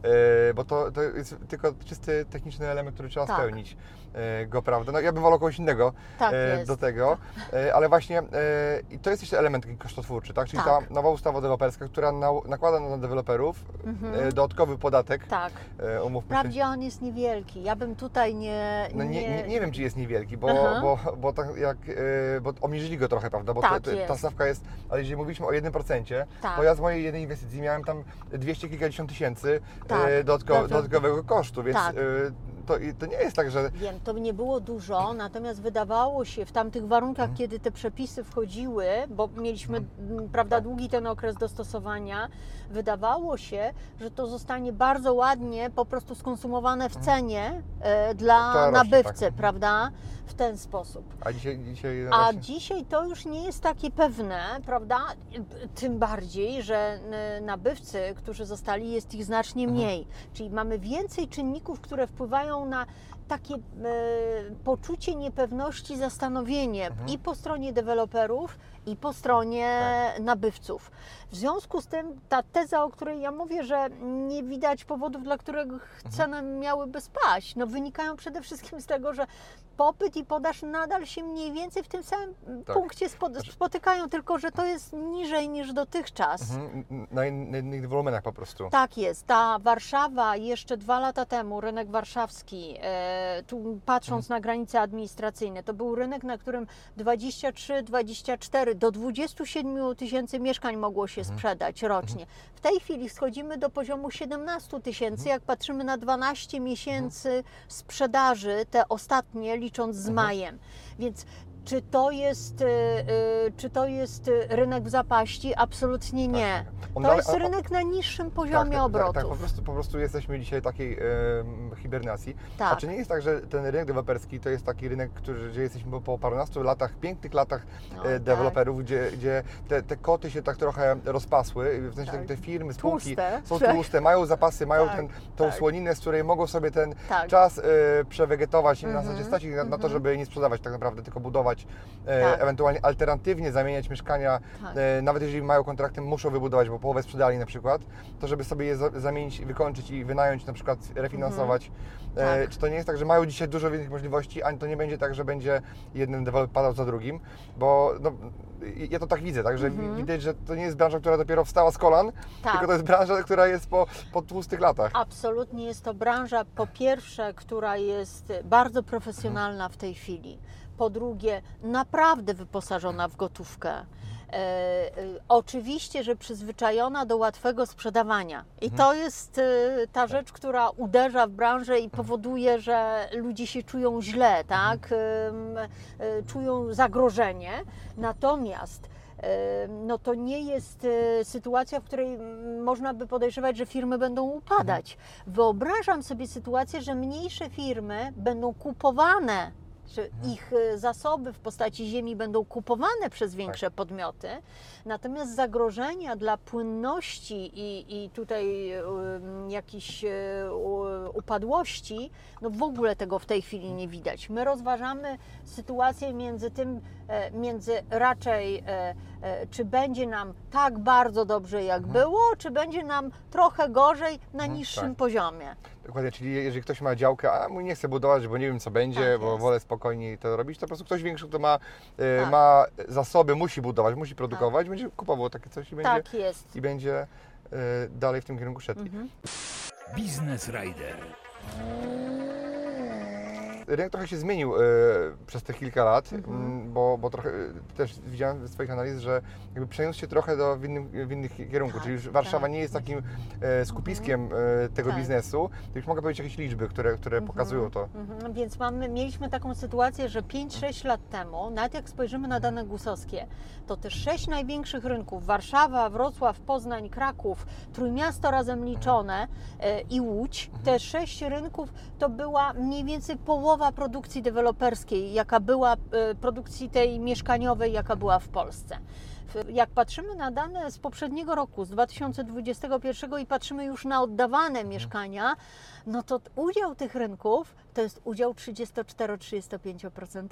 e, bo to, to jest tylko czysty techniczny element, który trzeba Tak. spełnić e, go, prawda? No ja bym wolał kogoś innego Tak e, jest. do tego, e, ale właśnie e, i to jest jeszcze element taki kosztotwórczy, tak? Czyli Tak. ta nowa ustawa deweloperska, która na, nakłada na deweloperów e, dodatkowy podatek, Tak. e, umówmy się. Wprawdzie on jest niewielki. Ja bym tutaj nie. No nie, nie, nie wiem, czy jest niewielki, bo, Aha. bo, bo, tak jak, e, bo obniżyli go trochę, prawda? Bo Tak to, to, ta jest. stawka jest, ale jeżeli mówiliśmy o jednym procencie, Tak. to ja z mojej jednej inwestycji miałem tam dwieście kilkadziesiąt tysięcy Tak. e, dodatko, Dobrze. dodatkowego kosztu, więc Tak. e, to, i to nie jest tak, że Wiem, to nie było dużo, natomiast wydawało się w tamtych warunkach, Mhm. kiedy te przepisy wchodziły, bo mieliśmy m, prawda, Tak. długi ten okres dostosowania, wydawało się, że to zostanie bardzo ładnie po prostu skonsumowane w cenie e, dla To rośnie, nabywcy, tak. prawda? W ten sposób. a dzisiaj, dzisiaj A właśnie- dzisiaj to już nie jest takie pewne, prawda? Tym bardziej, że n- nabywcy, którzy zostali, jest ich znacznie Mhm. mniej. Czyli mamy więcej czynników, które wpływają na takie e, poczucie niepewności, zastanowienie Mhm. i po stronie deweloperów, i po stronie Tak. nabywców. W związku z tym ta teza, o której ja mówię, że nie widać powodów, dla których Mhm. ceny miałyby spaść, no wynikają przede wszystkim z tego, że popyt i podaż nadal się mniej więcej w tym samym Tak. punkcie spo- spotykają, tylko że to jest niżej niż dotychczas. Mhm, na in- na innych wolumenach po prostu. Tak jest. Ta Warszawa jeszcze dwa lata temu, rynek warszawski, e, tu patrząc na granice administracyjne, to był rynek, na którym dwadzieścia trzy dwadzieścia cztery do dwudziestu siedmiu tysięcy mieszkań mogło się sprzedać rocznie. W tej chwili schodzimy do poziomu siedemnastu tysięcy, jak patrzymy na dwanaście miesięcy sprzedaży, te ostatnie licząc z majem. Więc Czy to jest, y, y, czy to jest rynek w zapaści? Absolutnie nie. Tak, tak. On To dalej- jest on- rynek na niższym poziomie tak, tak, obrotów. Tak, tak, po prostu, po prostu jesteśmy dzisiaj w takiej e, hibernacji. Tak. A czy nie jest tak, że ten rynek deweloperski to jest taki rynek, który, gdzie jesteśmy po, po parunastu latach, pięknych latach No, e, tak. deweloperów, gdzie, gdzie te, te koty się tak trochę rozpasły, w sensie Tak. te firmy, spółki Tłuste. są Tak. tłuste, mają zapasy, mają Tak, ten, tą tak. słoninę, z której mogą sobie ten Tak. czas e, przewegetować i na Mhm, zasadzie stać ich na, na to, mhm. żeby nie sprzedawać tak naprawdę, tylko budować, e, Tak. ewentualnie alternatywnie zamieniać mieszkania, Tak. e, nawet jeżeli mają kontrakty, muszą wybudować, bo połowę sprzedali na przykład, to żeby sobie je za- zamienić, wykończyć i wynająć, na przykład refinansować. E, Tak. Czy to nie jest tak, że mają dzisiaj dużo więcej możliwości, a to nie będzie tak, że będzie jeden deweloper padał za drugim, bo no, ja to tak widzę, tak, że Mhm. widać, że to nie jest branża, która dopiero wstała z kolan, Tak. tylko to jest branża, która jest po, po tłustych latach. Absolutnie jest to branża, po pierwsze, która jest bardzo profesjonalna w tej chwili. Po drugie, naprawdę wyposażona w gotówkę. E, e, oczywiście, że przyzwyczajona do łatwego sprzedawania. I to jest e, ta rzecz, która uderza w branżę i powoduje, że ludzie się czują źle, tak? Em, e, czują zagrożenie. Natomiast e, no to nie jest e, sytuacja, w której mm, można by podejrzewać, że firmy będą upadać. Wyobrażam sobie sytuację, że mniejsze firmy będą kupowane, że ich e, zasoby w postaci ziemi będą kupowane przez większe podmioty, natomiast zagrożenia dla płynności i, i tutaj um, jakichś e, u- upadłości, no w ogóle tego w tej chwili nie widać. My rozważamy sytuację między tym, e, między raczej e, e, czy będzie nam tak bardzo dobrze jak było, czy będzie nam trochę gorzej na niższym tak. poziomie. Dokładnie, czyli jeżeli ktoś ma działkę, a mój nie chce budować, bo nie wiem co będzie, Tak bo jest. wolę spokojniej to robić, to po prostu ktoś większy, kto ma, e, Tak. ma zasoby, musi budować, musi produkować, będzie kupował takie coś i będzie, Tak jest. i będzie e, dalej w tym kierunku szedł. Mhm. Biznes Rider. Rynek trochę się zmienił e, przez te kilka lat, Mhm. m, bo, bo trochę e, też widziałem z Twoich analiz, że jakby przeniósł się trochę do, w, innym, w innych kierunku, Tak, czyli już Warszawa tak. nie jest takim e, skupiskiem e, tego Tak. biznesu, to już mogę powiedzieć jakieś liczby, które, które pokazują to. Mhm, więc mamy, mieliśmy taką sytuację, że pięć sześć lat temu, nawet jak spojrzymy na dane gusowskie, to te sześć największych rynków, Warszawa, Wrocław, Poznań, Kraków, Trójmiasto razem liczone e, i Łódź, te sześć rynków to była mniej więcej połowa produkcji deweloperskiej, jaka była, e, produkcji tej mieszkaniowej, jaka była w Polsce. W- Jak patrzymy na dane z poprzedniego roku, z dwa tysiące dwudziestego pierwszego i patrzymy już na oddawane mieszkania, no to t- udział tych rynków to jest udział trzydzieści cztery do trzydziestu pięciu procent.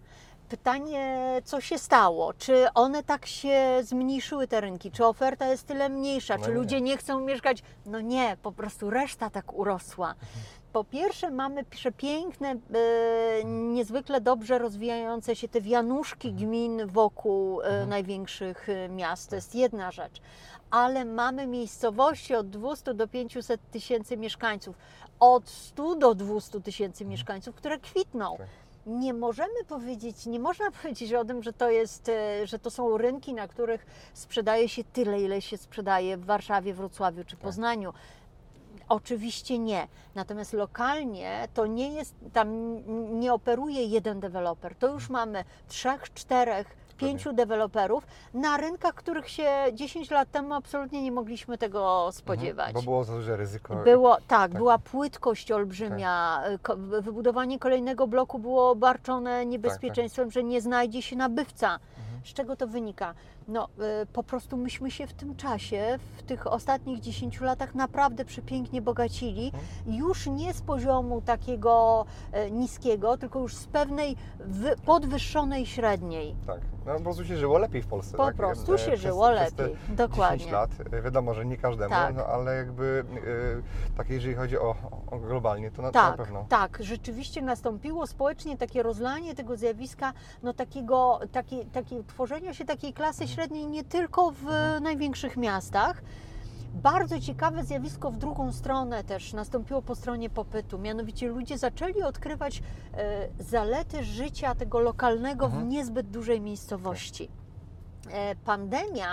Pytanie, co się stało? Czy one tak się zmniejszyły, te rynki? Czy oferta jest tyle mniejsza? No Czy nie. ludzie nie chcą mieszkać? No nie, po prostu reszta tak urosła. Po pierwsze mamy przepiękne, e, niezwykle dobrze rozwijające się te wianuszki gmin wokół e, największych e, miast. To jest jedna rzecz. Ale mamy miejscowości od dwieście do pięciuset tysięcy mieszkańców, od stu do dwustu tysięcy mieszkańców, które kwitną. Tak. Nie możemy powiedzieć, nie można powiedzieć o tym, że to jest, e, że to są rynki, na których sprzedaje się tyle, ile się sprzedaje w Warszawie, Wrocławiu czy Poznaniu. Oczywiście nie. Natomiast lokalnie to nie jest, tam nie operuje jeden deweloper. To już mamy trzech, czterech, pięciu deweloperów na rynkach, których się dziesięć lat temu absolutnie nie mogliśmy tego spodziewać. Bo było za duże ryzyko. Było, tak, była płytkość olbrzymia. Ko- Wybudowanie kolejnego bloku było obarczone niebezpieczeństwem, że nie znajdzie się nabywca. Z czego to wynika? No, y, po prostu myśmy się w tym czasie, w tych ostatnich dziesięciu latach naprawdę przepięknie bogacili. Już nie z poziomu takiego e, niskiego, tylko już z pewnej wy- podwyższonej średniej. Tak, no po prostu się żyło lepiej w Polsce. Po tak? prostu E, się przez- żyło przez te lepiej, dokładnie. dziesięć lat, e, wiadomo, że nie każdemu, Tak. no, ale jakby e, tak jeżeli chodzi o, o globalnie, to na, Tak, na pewno. tak, rzeczywiście nastąpiło społecznie takie rozlanie tego zjawiska, no takiego, takie, takie tworzenia się takiej klasy średniej nie tylko w największych miastach. Bardzo ciekawe zjawisko w drugą stronę też nastąpiło po stronie popytu, mianowicie ludzie zaczęli odkrywać e, zalety życia tego lokalnego w niezbyt dużej miejscowości. E, Pandemia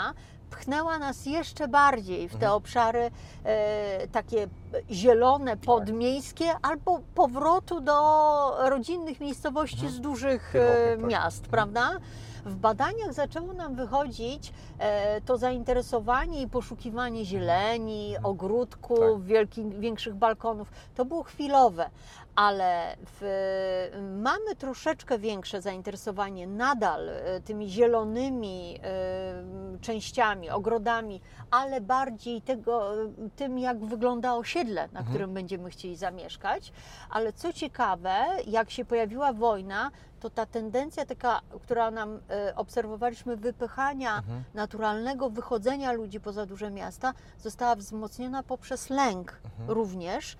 pchnęła nas jeszcze bardziej w te Mhm. obszary e, takie zielone, podmiejskie, albo powrotu do rodzinnych miejscowości Mhm. z dużych Pierwotnych, e, tak. miast, Mhm. prawda? W badaniach zaczęło nam wychodzić e, to zainteresowanie i poszukiwanie zieleni, Mhm. ogródków, Tak. wielkich, większych balkonów. To było chwilowe, ale w, mamy troszeczkę większe zainteresowanie nadal e, tymi zielonymi e, częściami, ogrodami, ale bardziej tego, e, tym, jak wygląda osiedle, na Mhm. którym będziemy chcieli zamieszkać. Ale co ciekawe, jak się pojawiła wojna, to ta tendencja taka, która nam e, obserwowaliśmy, wypychania Mhm. naturalnego wychodzenia ludzi poza duże miasta, została wzmocniona poprzez lęk Mhm. również.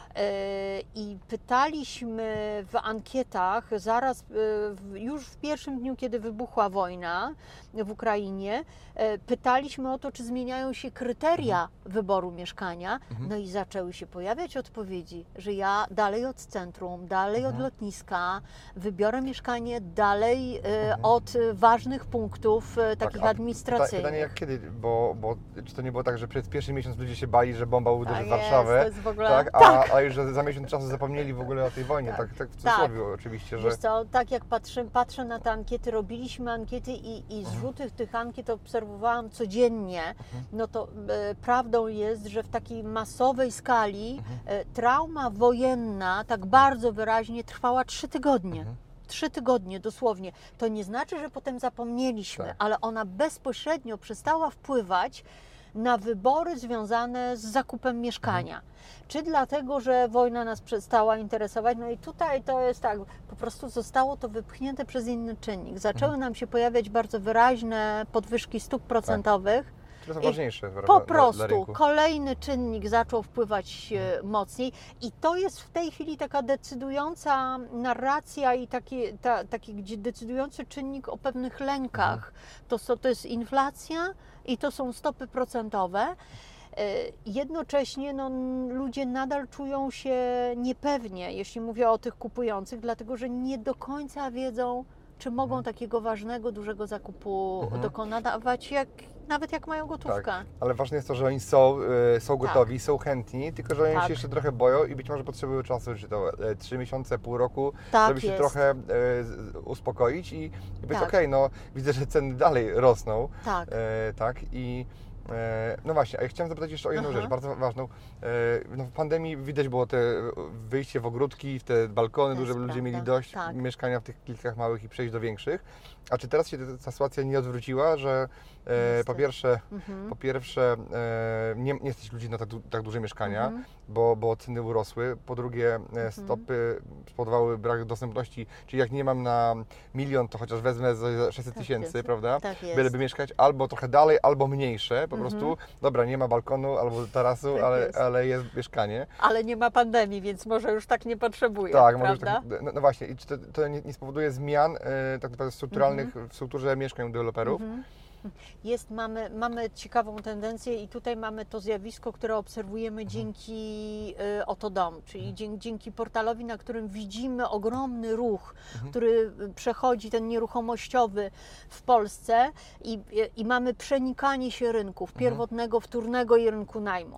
E, I pytaliśmy w ankietach, zaraz e, w- już w pierwszym dniu, kiedy wybuchła wojna w Ukrainie, e, pytaliśmy o to, czy zmieniają się kryteria wyboru mieszkania. Mhm. No i zaczęły się pojawiać odpowiedzi, że ja dalej od centrum, dalej od Mhm. lotniska, wybiorę mieszkanie dalej e, Mhm. od e, ważnych punktów e, takich a administracyjnych. Pytanie jak kiedy, bo, bo czy to nie było tak, że przez pierwszy miesiąc ludzie się bali, że bomba uderzy Tak w jest, Warszawę, to jest w ogóle... tak? A, tak. a już za- za miesiąc czasu zapomnieli w ogóle o tej wojnie, tak, tak, w cudzysłowie oczywiście, że... Wiesz co, tak jak patrzę, patrzę na te ankiety, robiliśmy ankiety i, i zrzuty tych ankiet obserwowałam codziennie, no to e, prawdą jest, że w takiej masowej skali e, trauma wojenna tak bardzo wyraźnie trwała trzy tygodnie. Mhm. Trzy tygodnie dosłownie. To nie znaczy, że potem zapomnieliśmy, Tak. ale ona bezpośrednio przestała wpływać na wybory związane z zakupem mieszkania. Czy dlatego, że wojna nas przestała interesować? No i tutaj to jest tak, po prostu zostało to wypchnięte przez inny czynnik. Zaczęły Mhm. nam się pojawiać bardzo wyraźne podwyżki stóp procentowych. To są I ważniejsze prawda, Po dla- prostu dla rynku. kolejny czynnik zaczął wpływać e, mocniej i to jest w tej chwili taka decydująca narracja i taki, ta, taki gdzie decydujący czynnik o pewnych lękach. To, so- to jest inflacja i to są stopy procentowe. E, Jednocześnie no, n- ludzie nadal czują się niepewnie, jeśli mówię o tych kupujących, dlatego że nie do końca wiedzą, czy mogą takiego ważnego, dużego zakupu Mhm. dokonać, jak, nawet jak mają gotówkę. Tak, ale ważne jest to, że oni są, e, są gotowi, są chętni, tylko że oni Tak. się jeszcze trochę boją i być może potrzebują czasu, czy to e, trzy miesiące, pół roku, Tak żeby się jest. trochę e, z- uspokoić i, i być Tak. okej, no widzę, że ceny dalej rosną, Tak. e, tak, i e, no właśnie, a ja chciałem zapytać jeszcze o jedną Aha. rzecz, bardzo ważną. E, no w pandemii widać było te wyjście w ogródki, w te balkony, To duże, jest żeby ludzie prawda, mieli dość tak. mieszkania w tych kilkach małych i przejść do większych. A czy teraz się ta, ta sytuacja nie odwróciła, że e, po Niestety. pierwsze Mhm. po pierwsze, e, nie, nie stać ludzi na tak, du- tak duże mieszkania, Mhm. bo, bo ceny urosły. Po drugie, e, stopy spowodowały brak dostępności, czyli jak nie mam na milion, to chociaż wezmę za sześćset Tak tysięcy, jest. prawda? Tak jest. Byleby mieszkać albo trochę dalej, albo mniejsze, po Mhm. prostu. Dobra, nie ma balkonu albo tarasu, Tak ale, jest. ale jest mieszkanie. Ale nie ma pandemii, więc może już tak nie potrzebuje, Tak, może już prawda? tak, no, no właśnie, i czy to, to nie, nie spowoduje zmian e, tak naprawdę strukturalnych w strukturze mieszkań u deweloperów? Mhm. Jest, mamy, mamy ciekawą tendencję i tutaj mamy to zjawisko, które obserwujemy Mhm. dzięki y, Oto Dom, czyli dzięki, dzięki portalowi, na którym widzimy ogromny ruch, Mhm. który y, przechodzi, ten nieruchomościowy w Polsce i, i mamy przenikanie się rynków, Mhm. pierwotnego, wtórnego i rynku najmu.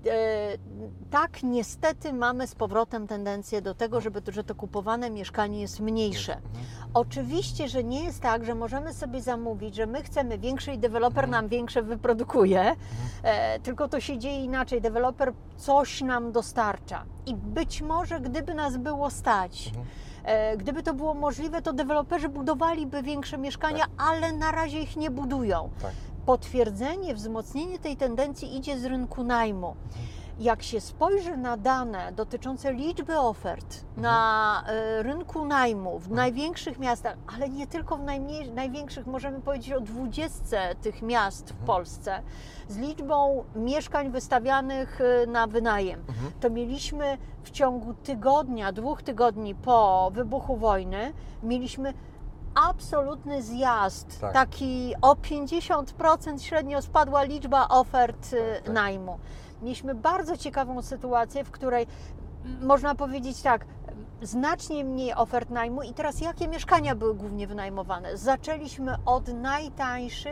E, Tak, niestety mamy z powrotem tendencję do tego, żeby to, że to kupowane mieszkanie jest mniejsze. Mhm. Oczywiście, że nie jest tak, że możemy sobie zamówić, że my chcemy większe i deweloper Mhm. nam większe wyprodukuje, e, tylko to się dzieje inaczej. Deweloper coś nam dostarcza i być może gdyby nas było stać, Mhm. e, gdyby to było możliwe, to deweloperzy budowaliby większe mieszkania, ale na razie ich nie budują. Tak. Potwierdzenie, wzmocnienie tej tendencji idzie z rynku najmu. Jak się spojrzy na dane dotyczące liczby ofert na e, rynku najmu w największych miastach, ale nie tylko w najmniej, największych, możemy powiedzieć o dwudziestce tych miast w Polsce, z liczbą mieszkań wystawianych e, na wynajem, Mhm. to mieliśmy w ciągu tygodnia, dwóch tygodni po wybuchu wojny, mieliśmy absolutny zjazd, Tak. taki o pięćdziesiąt procent średnio spadła liczba ofert e, Tak, tak. najmu. Mieliśmy bardzo ciekawą sytuację, w której m, można powiedzieć tak, znacznie mniej ofert najmu i teraz jakie mieszkania były głównie wynajmowane? Zaczęliśmy od najtańszych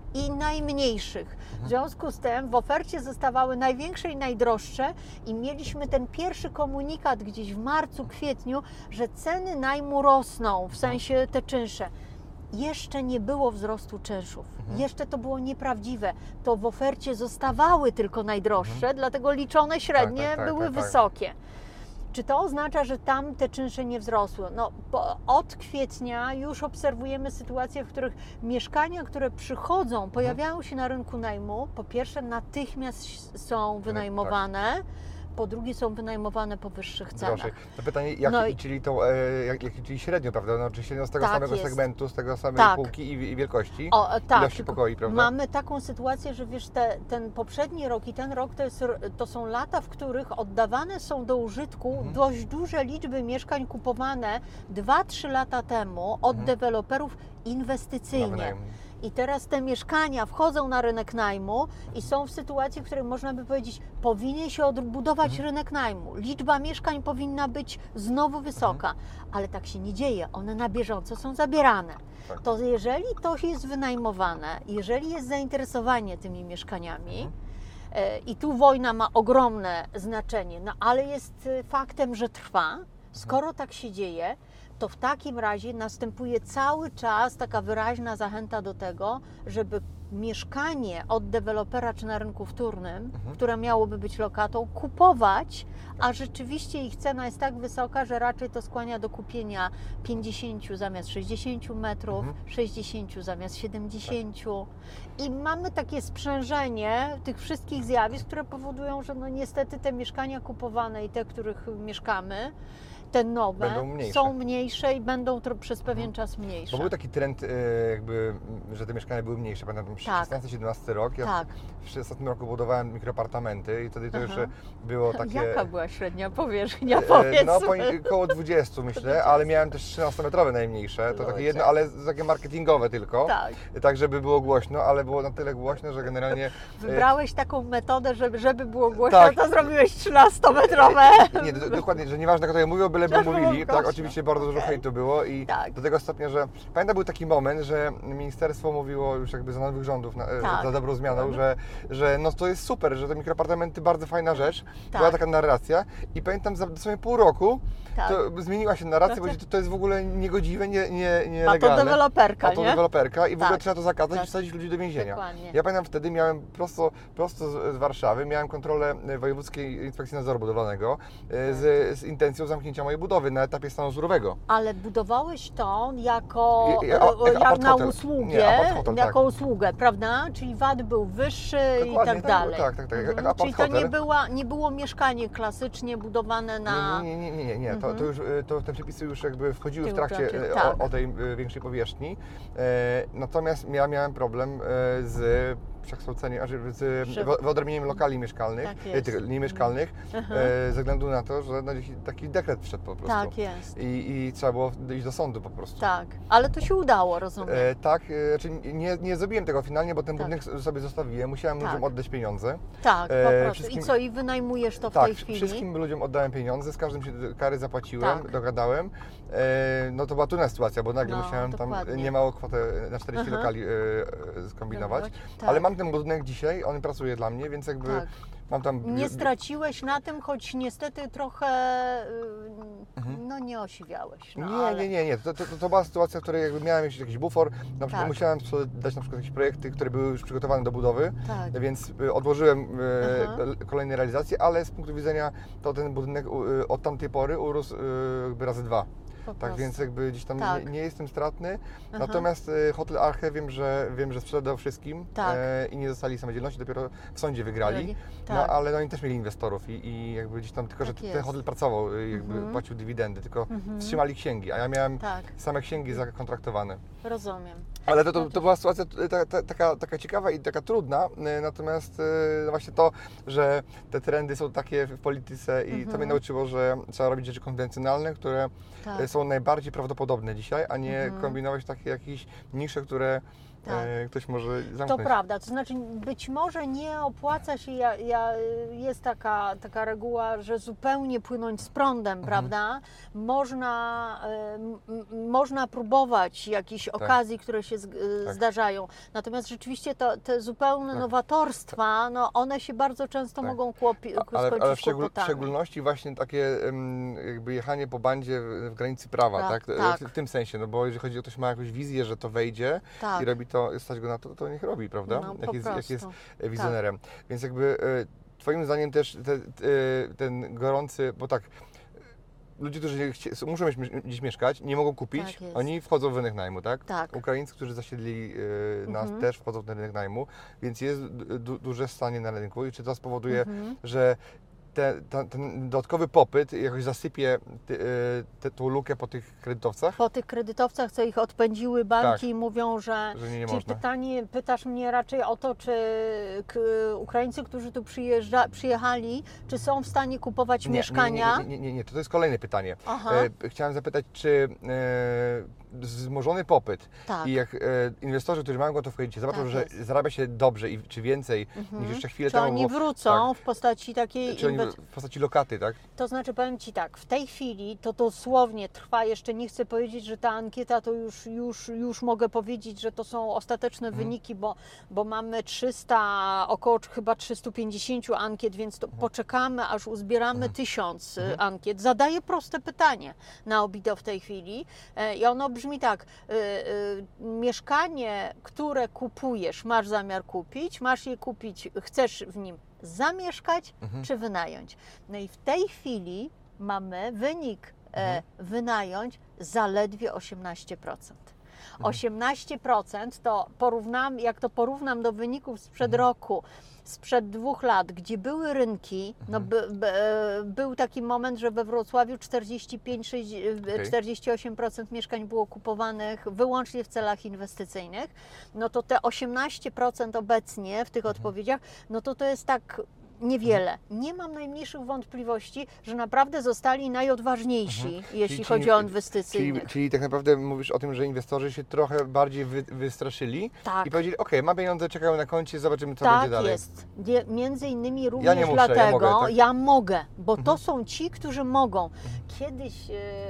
i najmniejszych. W związku z tym w ofercie zostawały największe i najdroższe i mieliśmy ten pierwszy komunikat gdzieś w marcu, kwietniu, że ceny najmu rosną, w sensie te czynsze. Jeszcze nie było wzrostu czynszów. Mhm. Jeszcze to było nieprawdziwe. To w ofercie zostawały tylko najdroższe, mhm. dlatego liczone średnie tak, tak, tak, były tak, tak. wysokie. Czy to oznacza, że tam te czynsze nie wzrosły? No, po, od kwietnia już obserwujemy sytuacje, w których mieszkania, które przychodzą, mhm. pojawiają się na rynku najmu, po pierwsze natychmiast są wynajmowane, tak. po drugie są wynajmowane po wyższych cenach. Proszę. To pytanie, jak no liczyli tą, e, jak, jak liczyli średnio, prawda? No, czy średnio z tego tak samego jest. segmentu, z tego samej tak. półki i, i wielkości, o, tak. ilości pokoi, prawda? Mamy taką sytuację, że wiesz, te, ten poprzedni rok i ten rok to, jest, to są lata, w których oddawane są do użytku mhm. dość duże liczby mieszkań kupowane dwa trzy lata temu od mhm. deweloperów inwestycyjnie. I teraz te mieszkania wchodzą na rynek najmu i są w sytuacji, w której można by powiedzieć, powinien się odbudować mhm. rynek najmu. Liczba mieszkań powinna być znowu wysoka, mhm. ale tak się nie dzieje. One na bieżąco są zabierane. Tak. To jeżeli to jest wynajmowane, jeżeli jest zainteresowanie tymi mieszkaniami, mhm. e, i tu wojna ma ogromne znaczenie, no ale jest faktem, że trwa, skoro tak się dzieje, to w takim razie następuje cały czas taka wyraźna zachęta do tego, żeby mieszkanie od dewelopera czy na rynku wtórnym, mhm. które miałoby być lokatą, kupować, a rzeczywiście ich cena jest tak wysoka, że raczej to skłania do kupienia pięćdziesięciu zamiast sześćdziesięciu metrów, mhm. sześćdziesięciu zamiast siedemdziesięciu. I mamy takie sprzężenie tych wszystkich zjawisk, które powodują, że no niestety te mieszkania kupowane i te, w których mieszkamy, te nowe mniejsze. są mniejsze i będą to przez pewien czas mniejsze. Bo był taki trend, jakby, że te mieszkania były mniejsze. Pamiętam szesnasty siedemnasty rok. Ja tak. w szesnastym roku budowałem mikroapartamenty i wtedy to Aha. już było takie... Jaka była średnia powierzchnia, powiedz? No około dwudziestu myślę, ale miałem też trzynastometrowe najmniejsze. To takie jedno, ale takie marketingowe tylko. Tak. Tak, żeby było głośno, ale było na tyle głośno, że generalnie... Wybrałeś taką metodę, żeby, żeby było głośno, tak. to zrobiłeś trzynastometrowe. Nie, do, dokładnie, że nieważne kto je mówił, byleby mówili. Tak, oczywiście bardzo dużo okay. hejtu było i tak. do tego stopnia, że pamiętam był taki moment, że ministerstwo mówiło już jakby za nowych rządów, na, tak. za dobrą zmianą, mhm. że, że no to jest super, że te mikroapartamenty bardzo fajna rzecz. Tak. Była taka narracja i pamiętam za dosłownie pół roku tak. to zmieniła się narracja, bo to, to jest w ogóle niegodziwe, nie, nie, nielegalne. A to deweloperka, A to nie? deweloperka i w tak. ogóle trzeba to zakazać tak. i wsadzić ludzi do więzienia. Dokładnie. Ja pamiętam wtedy miałem prosto, prosto z, z Warszawy, miałem kontrolę Wojewódzkiej Inspekcji Nadzoru Budowlanego z, z intencją zamknięcia mojej budowy na etapie stanu surowego. Ale budowałeś to jako, I, ja, jak jak na usługę, nie, hotel, jako tak. usługę, prawda? Czyli V A T był wyższy Dokładnie, i tak dalej. Tak, tak, tak. Mhm. Jak Czyli to nie, była, nie było mieszkanie klasycznie budowane na... Nie, nie, nie, nie, nie, nie. Mhm. To, to już, to te przepisy już jakby wchodziły w trakcie tak. o, o tej większej powierzchni. E, natomiast ja miałem problem z przekształceniem, z wyodrębnieniem lokali mieszkalnych, tak tych niemieszkalnych, mhm. e, ze względu na to, że no, taki dekret wszedł po prostu. Tak jest. I, I trzeba było iść do sądu po prostu. Tak, ale to się udało, rozumiem. E, tak, e, znaczy nie, nie zrobiłem tego finalnie, bo ten tak. budynek sobie zostawiłem, musiałem tak. ludziom oddać pieniądze. Tak, po prostu. I co, i wynajmujesz to w tak, tej chwili? Tak, wszystkim ludziom oddałem pieniądze, z każdym się kary zapłaciłem, tak. dogadałem. E, no to była trudna sytuacja, bo nagle no, musiałem dokładnie. tam niemałą kwotę na czterdzieści Aha. lokali e, skombinować. Tak. Ale mam ten budynek dzisiaj, on pracuje dla mnie, więc jakby tak. mam tam... Nie straciłeś na tym, choć niestety trochę mhm. no nie osiwiałeś. No, nie, ale... nie, nie, nie. To, to, to była sytuacja, w której jakby miałem jeszcze jakiś bufor. Na przykład tak. musiałem dać na przykład jakieś projekty, które były już przygotowane do budowy, tak. więc odłożyłem Aha. kolejne realizacje, ale z punktu widzenia to ten budynek od tamtej pory urósł jakby razy dwa. Tak, więc jakby gdzieś tam tak. nie, nie jestem stratny. Aha. Natomiast Hotel Arche wiem, że wiem, że sprzedał wszystkim tak. e, i nie zostali samodzielności, dopiero w sądzie wygrali. Tak. No ale oni też mieli inwestorów i, i jakby gdzieś tam, tylko że tak ten hotel pracował, jakby mhm. płacił dywidendy, tylko mhm. wstrzymali księgi, a ja miałem tak. same księgi zakontraktowane. Rozumiem. Ale to, to, to była sytuacja ta, ta, taka, taka ciekawa i taka trudna, natomiast no właśnie to, że te trendy są takie w polityce i mhm. to mnie nauczyło, że trzeba robić rzeczy konwencjonalne, które tak. są najbardziej prawdopodobne dzisiaj, a nie mhm. kombinować takie jakieś nisze, które Tak. e, ktoś może zamknąć. To prawda, to znaczy być może nie opłaca się, ja, ja, jest taka, taka reguła, że zupełnie płynąć z prądem, Mhm. prawda? Można, e, m, m, można próbować jakichś okazji, które się z, e, Tak. zdarzają. Natomiast rzeczywiście to, te zupełne Tak. nowatorstwa, no one się bardzo często Tak. mogą kłopi, A- Ale, skończyć ale w, szczegól, w kłopotami. szczególności właśnie takie em, jakby jechanie po bandzie w, w granicy prawa, Pra- tak? E, tak. W, w tym sensie, no bo jeżeli chodzi o ktoś ma jakąś wizję, że to wejdzie Tak. i robi to, stać go na to, to niech robi, prawda? No, jak, po jest, jak jest prostu. e, wizjonerem. Więc jakby e, twoim zdaniem też te, te, ten gorący, bo tak, ludzie, którzy chcie, muszą mieć, gdzieś mieszkać, nie mogą kupić, Tak jest. oni wchodzą w rynek najmu, tak? Tak. Ukraińcy, którzy zasiedli e, nas, Mhm. też wchodzą w ten rynek najmu, więc jest du, duże stanie na rynku i czy to spowoduje, Mhm. że te, ta, ten dodatkowy popyt jakoś zasypie ty, te, tą lukę po tych kredytowcach? Po tych kredytowcach, co ich odpędziły banki, Tak. i mówią, że Że nie, nie Czyli można. pytanie, pytasz mnie raczej o to, czy k, Ukraińcy, którzy tu przyjeżdża, przyjechali, czy są w stanie kupować Nie, mieszkania? Nie, nie, nie, nie, nie, to jest kolejne pytanie. Aha. E, chciałem zapytać, czy e, wzmożony popyt Tak. i jak e, inwestorzy, którzy mają gotów w kredycie, zobaczą, Tak że jest. zarabia się dobrze i czy więcej Mhm. niż jeszcze chwilę Czy temu oni było, wrócą tak, w postaci takiej czy oni inwe- w postaci lokaty, tak? To znaczy, powiem Ci tak, w tej chwili to dosłownie trwa, jeszcze nie chcę powiedzieć, że ta ankieta to już, już, już mogę powiedzieć, że to są ostateczne Mhm. wyniki, bo, bo mamy trzysta, około chyba trzysta pięćdziesiąt ankiet, więc to poczekamy, aż uzbieramy tysiąc Mhm. ankiet. Zadaję proste pytanie na Obido w tej chwili e, i ono brzmi tak, y, y, mieszkanie, które kupujesz, masz zamiar kupić, masz je kupić, chcesz w nim zamieszkać Mhm. czy wynająć. No i w tej chwili mamy wynik e, Mhm. wynająć zaledwie osiemnaście procent. Mhm. osiemnaście procent to porównam, jak to porównam do wyników sprzed Mhm. roku, sprzed dwóch lat, gdzie były rynki, no Mhm. by, by, e, był taki moment, że we Wrocławiu czterdzieści pięć Okej. czterdzieści osiem procent mieszkań było kupowanych wyłącznie w celach inwestycyjnych, no to te osiemnaście procent obecnie w tych Mhm. odpowiedziach, no to to jest tak niewiele. Nie mam najmniejszych wątpliwości, że naprawdę zostali najodważniejsi, jeśli Mhm. Czyli- chodzi czyli- o inwestycyjnych. Czyli, czyli tak naprawdę mówisz o tym, że inwestorzy się trochę bardziej wy, wystraszyli Tak. i powiedzieli, ok, mam pieniądze, czekają na koncie, zobaczymy co Tak będzie dalej. jest. Die- Między innymi również nie muszę, ja dlatego mogę, tak? ja mogę, bo to Mhm. są ci, którzy mogą. Kiedyś e,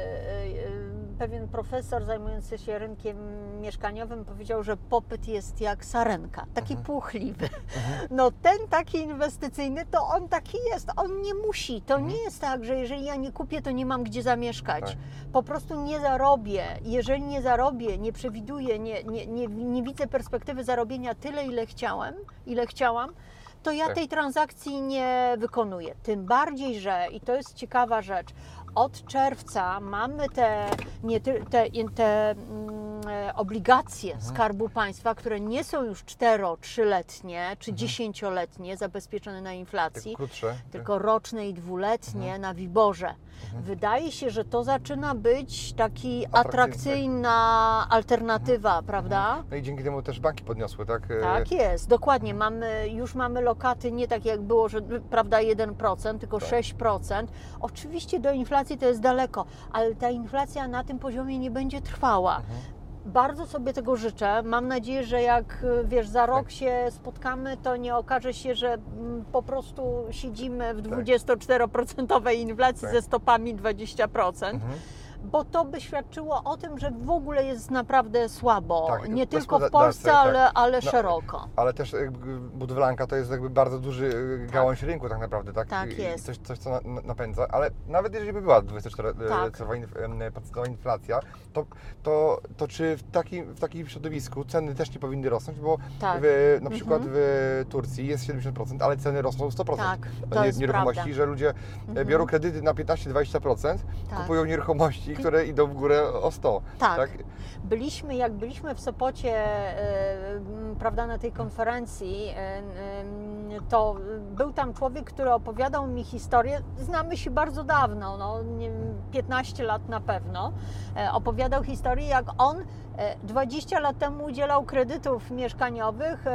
e, pewien profesor zajmujący się rynkiem mieszkaniowym powiedział, że popyt jest jak sarenka, taki Mhm. płochliwy. Mhm. No ten taki inwestycyjny, to on taki jest, on nie musi. To Mhm. nie jest tak, że jeżeli ja nie kupię, to nie mam gdzie zamieszkać. Tak. Po prostu nie zarobię. Jeżeli nie zarobię, nie przewiduję, nie, nie, nie, nie widzę perspektywy zarobienia tyle, ile chciałem, ile chciałam, to ja Tak. tej transakcji nie wykonuję. Tym bardziej, że, i to jest ciekawa rzecz, od czerwca mamy te, nie, ty- te, te mm, e, obligacje Mhm. Skarbu Państwa, które nie są już cztero, trzyletnie czy Mhm. dziesięcioletnie, zabezpieczone na inflacji, Tak krótsze. tylko roczne i dwuletnie Mhm. na WIBOR-ze. Mhm. Wydaje się, że to zaczyna być taki Atrakcyjne. atrakcyjna alternatywa, prawda? No i dzięki temu też banki podniosły, tak? E, Tak jest, dokładnie. Mamy, już mamy lokaty nie tak jak było, że prawda jeden procent, tylko Tak. sześć procent. Oczywiście do inflacji to jest daleko, ale ta inflacja na tym poziomie nie będzie trwała. Mhm. Bardzo sobie tego życzę. Mam nadzieję, że jak wiesz, za rok Tak. się spotkamy, to nie okaże się, że mm, po prostu siedzimy w Tak. dwudziestoczteroprocentowej inflacji Tak. ze stopami dwadzieścia procent. Mhm. Bo to by świadczyło o tym, że w ogóle jest naprawdę słabo. Tak, nie w tylko w gospodarce, Polsce, tak. ale, ale No, szeroko. Ale też jakby budowlanka to jest jakby bardzo duży e, gałąź rynku tak naprawdę, tak? Tak I- i jest. Coś, coś co na, na- napędza, ale nawet jeżeli by była Tak. dwudziestoczteroprocentowa inflacja, to, to, to czy w takim, w takim środowisku ceny też nie powinny rosnąć, bo Tak. w, na przykład Mhm. w Turcji jest siedemdziesiąt procent, ale ceny rosną sto procent. Tak, No to nie- jest nieruchomości, prawda. że ludzie e, Mhm. biorą kredyty na piętnaście do dwudziestu procent, Tak. kupują nieruchomości, które idą w górę o sto. Tak. Byliśmy, jak byliśmy w Sopocie, e, m, prawda, na tej konferencji, e, e, to był tam człowiek, który opowiadał mi historię, znamy się bardzo dawno, no, nie wiem, piętnaście lat na pewno, e, opowiadał historię, jak on dwadzieścia lat temu udzielał kredytów mieszkaniowych, e,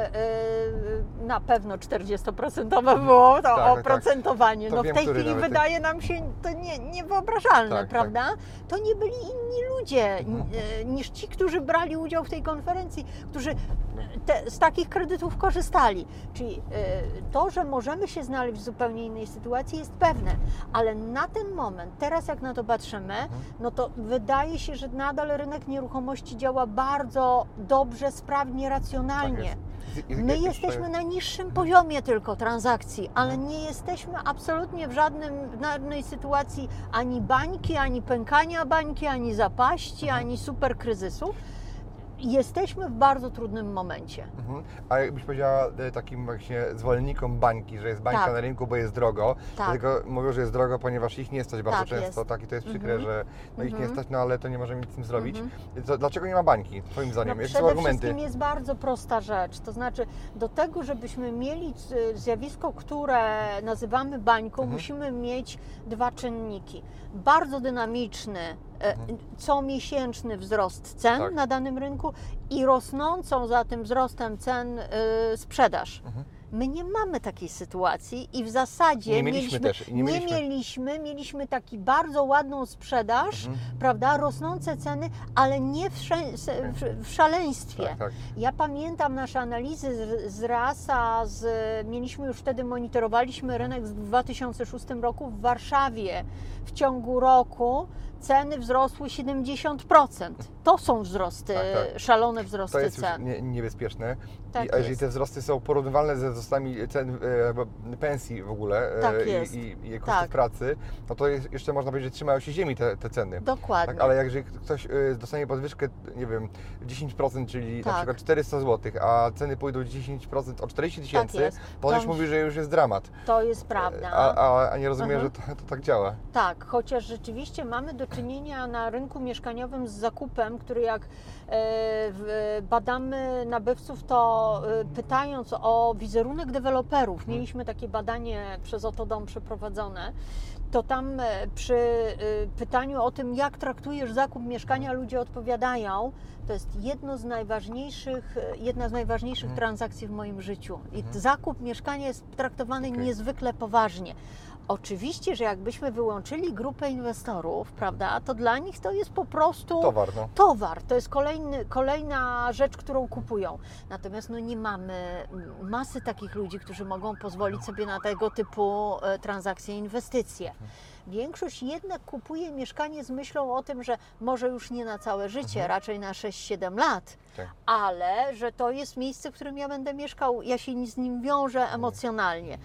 e, na pewno czterdziestoprocentowe było to tak, tak, oprocentowanie. to No wiem, w tej który chwili nawet- wydaje nam się to nie, niewyobrażalne, Tak, prawda? To nie byli inni ludzie Mhm. e, niż ci, którzy brali udział w tej konferencji, którzy te, z takich kredytów korzystali. Czyli e, to, że możemy się znaleźć w zupełnie innej sytuacji jest pewne, ale na ten moment, teraz jak na to patrzymy, no to wydaje się, że nadal rynek nieruchomości działa bardzo dobrze, sprawnie, racjonalnie. Tak jest. Z- z- My jeszcze- jesteśmy na niższym poziomie tylko transakcji, ale nie jesteśmy absolutnie w żadnym, w żadnej sytuacji ani bańki, ani pękania bańki, ani zapaści, ani super kryzysu. Jesteśmy w bardzo trudnym momencie. Mhm. A jakbyś powiedziała e, takim właśnie zwolennikom bańki, że jest bańka Tak. na rynku, bo jest drogo, Tak. dlatego mówią, że jest drogo, ponieważ ich nie stać bardzo Tak często, jest. tak i to jest przykre, Mhm. że no ich nie Mhm. stać, no ale to nie możemy nic z tym zrobić. Mhm. To dlaczego nie ma bańki, twoim No zdaniem? Jakie są przede argumenty? wszystkim jest bardzo prosta rzecz, to znaczy do tego, żebyśmy mieli z- zjawisko, które nazywamy bańką, Mhm. musimy mieć dwa czynniki. Bardzo dynamiczny, e, comiesięczny wzrost cen Tak. na danym rynku i rosnącą za tym wzrostem cen e, sprzedaż. Mhm. My nie mamy takiej sytuacji i w zasadzie Nie mieliśmy też, i nie nie mieliśmy. mieliśmy, mieliśmy taki bardzo ładną sprzedaż, Mhm. prawda, rosnące ceny, ale nie w, sze- se- w, w szaleństwie. Tak, tak. Ja pamiętam nasze analizy z, z rasa, z, mieliśmy już wtedy, monitorowaliśmy rynek w dwa tysiące szóstym roku w Warszawie. W ciągu roku ceny wzrosły siedemdziesiąt procent. To są wzrosty, Tak, tak. szalone To wzrosty jest już cen. nie, niebezpieczne. Tak I, a jeżeli jest. te wzrosty są porównywalne ze wzrostami cen e, jakby pensji w ogóle e, Tak i- jest. i, i kosztów Tak. pracy, no to jest, jeszcze można powiedzieć, że trzymają się ziemi te, te ceny. Dokładnie. Tak, ale jak jeżeli ktoś e, dostanie podwyżkę, nie wiem, dziesięć procent, czyli na Tak. przykład czterysta złotych, a ceny pójdą dziesięć procent o czterdzieści tysięcy, jest. to on To już już- mówi, że już jest dramat. To jest prawda. A, a, a nie rozumie, Mhm. że to, to tak działa. Tak, chociaż rzeczywiście mamy do czynienia na rynku mieszkaniowym z zakupem, który jak e, w- badamy nabywców, to e, pytając o wizerunek deweloperów, mieliśmy takie badanie przez Otodom przeprowadzone, to tam e, przy e, pytaniu o tym, jak traktujesz zakup mieszkania, ludzie odpowiadają, to jest jedno z najważniejszych, e, jedna z najważniejszych transakcji w moim życiu. I zakup mieszkania jest traktowany Okej. niezwykle poważnie. Oczywiście, że jakbyśmy wyłączyli grupę inwestorów, prawda, to dla nich to jest po prostu Towar, no. towar. To jest kolejny, kolejna rzecz, którą kupują. Natomiast no, nie mamy masy takich ludzi, którzy mogą pozwolić sobie na tego typu e, transakcje, inwestycje. Większość jednak kupuje mieszkanie z myślą o tym, że może już nie na całe życie, raczej na sześć siedem lat, Tak. ale że to jest miejsce, w którym ja będę mieszkał, ja się z nim wiążę emocjonalnie.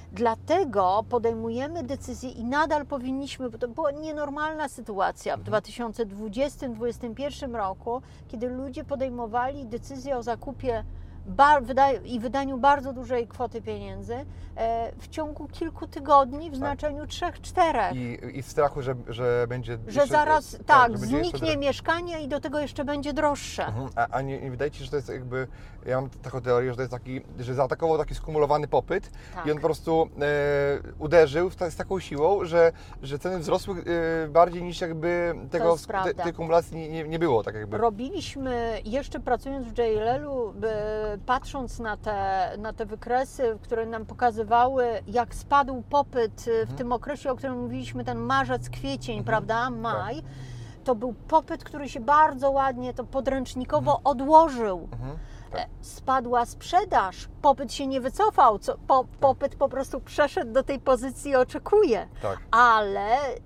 Dlatego podejmujemy decyzje i nadal powinniśmy, bo to była nienormalna sytuacja w dwa tysiące dwudziestym do dwa tysiące dwudziestym pierwszym roku, kiedy ludzie podejmowali decyzję o zakupie bar, wyda, i wydaniu bardzo dużej kwoty pieniędzy e, w ciągu kilku tygodni, w znaczeniu trzech, czterech. I, I w strachu, że, że będzie Że jeszcze- zaraz, tak, że będzie jeszcze zniknie dro- mieszkanie i do tego jeszcze będzie droższe. Mhm. A, a nie, nie wydaje Ci się, że to jest jakby, ja mam taką teorię, że to jest taki, że zaatakował taki skumulowany popyt Tak. i on po prostu e, uderzył w ta, z taką siłą, że, że ceny wzrosły e, bardziej niż jakby tego, jest sk- prawda. te, tej kumulacji nie, nie, nie było, tak jakby. Robiliśmy, jeszcze pracując w J L L-u, by- patrząc na te, na te wykresy, które nam pokazywały, jak spadł popyt w tym okresie, o którym mówiliśmy, ten marzec, kwiecień, prawda, maj, to był popyt, który się bardzo ładnie, to podręcznikowo odłożył. Mhm. E, Spadła sprzedaż, popyt się nie wycofał, co, po, popyt po prostu przeszedł do tej pozycji i oczekuje. Tak. Ale y,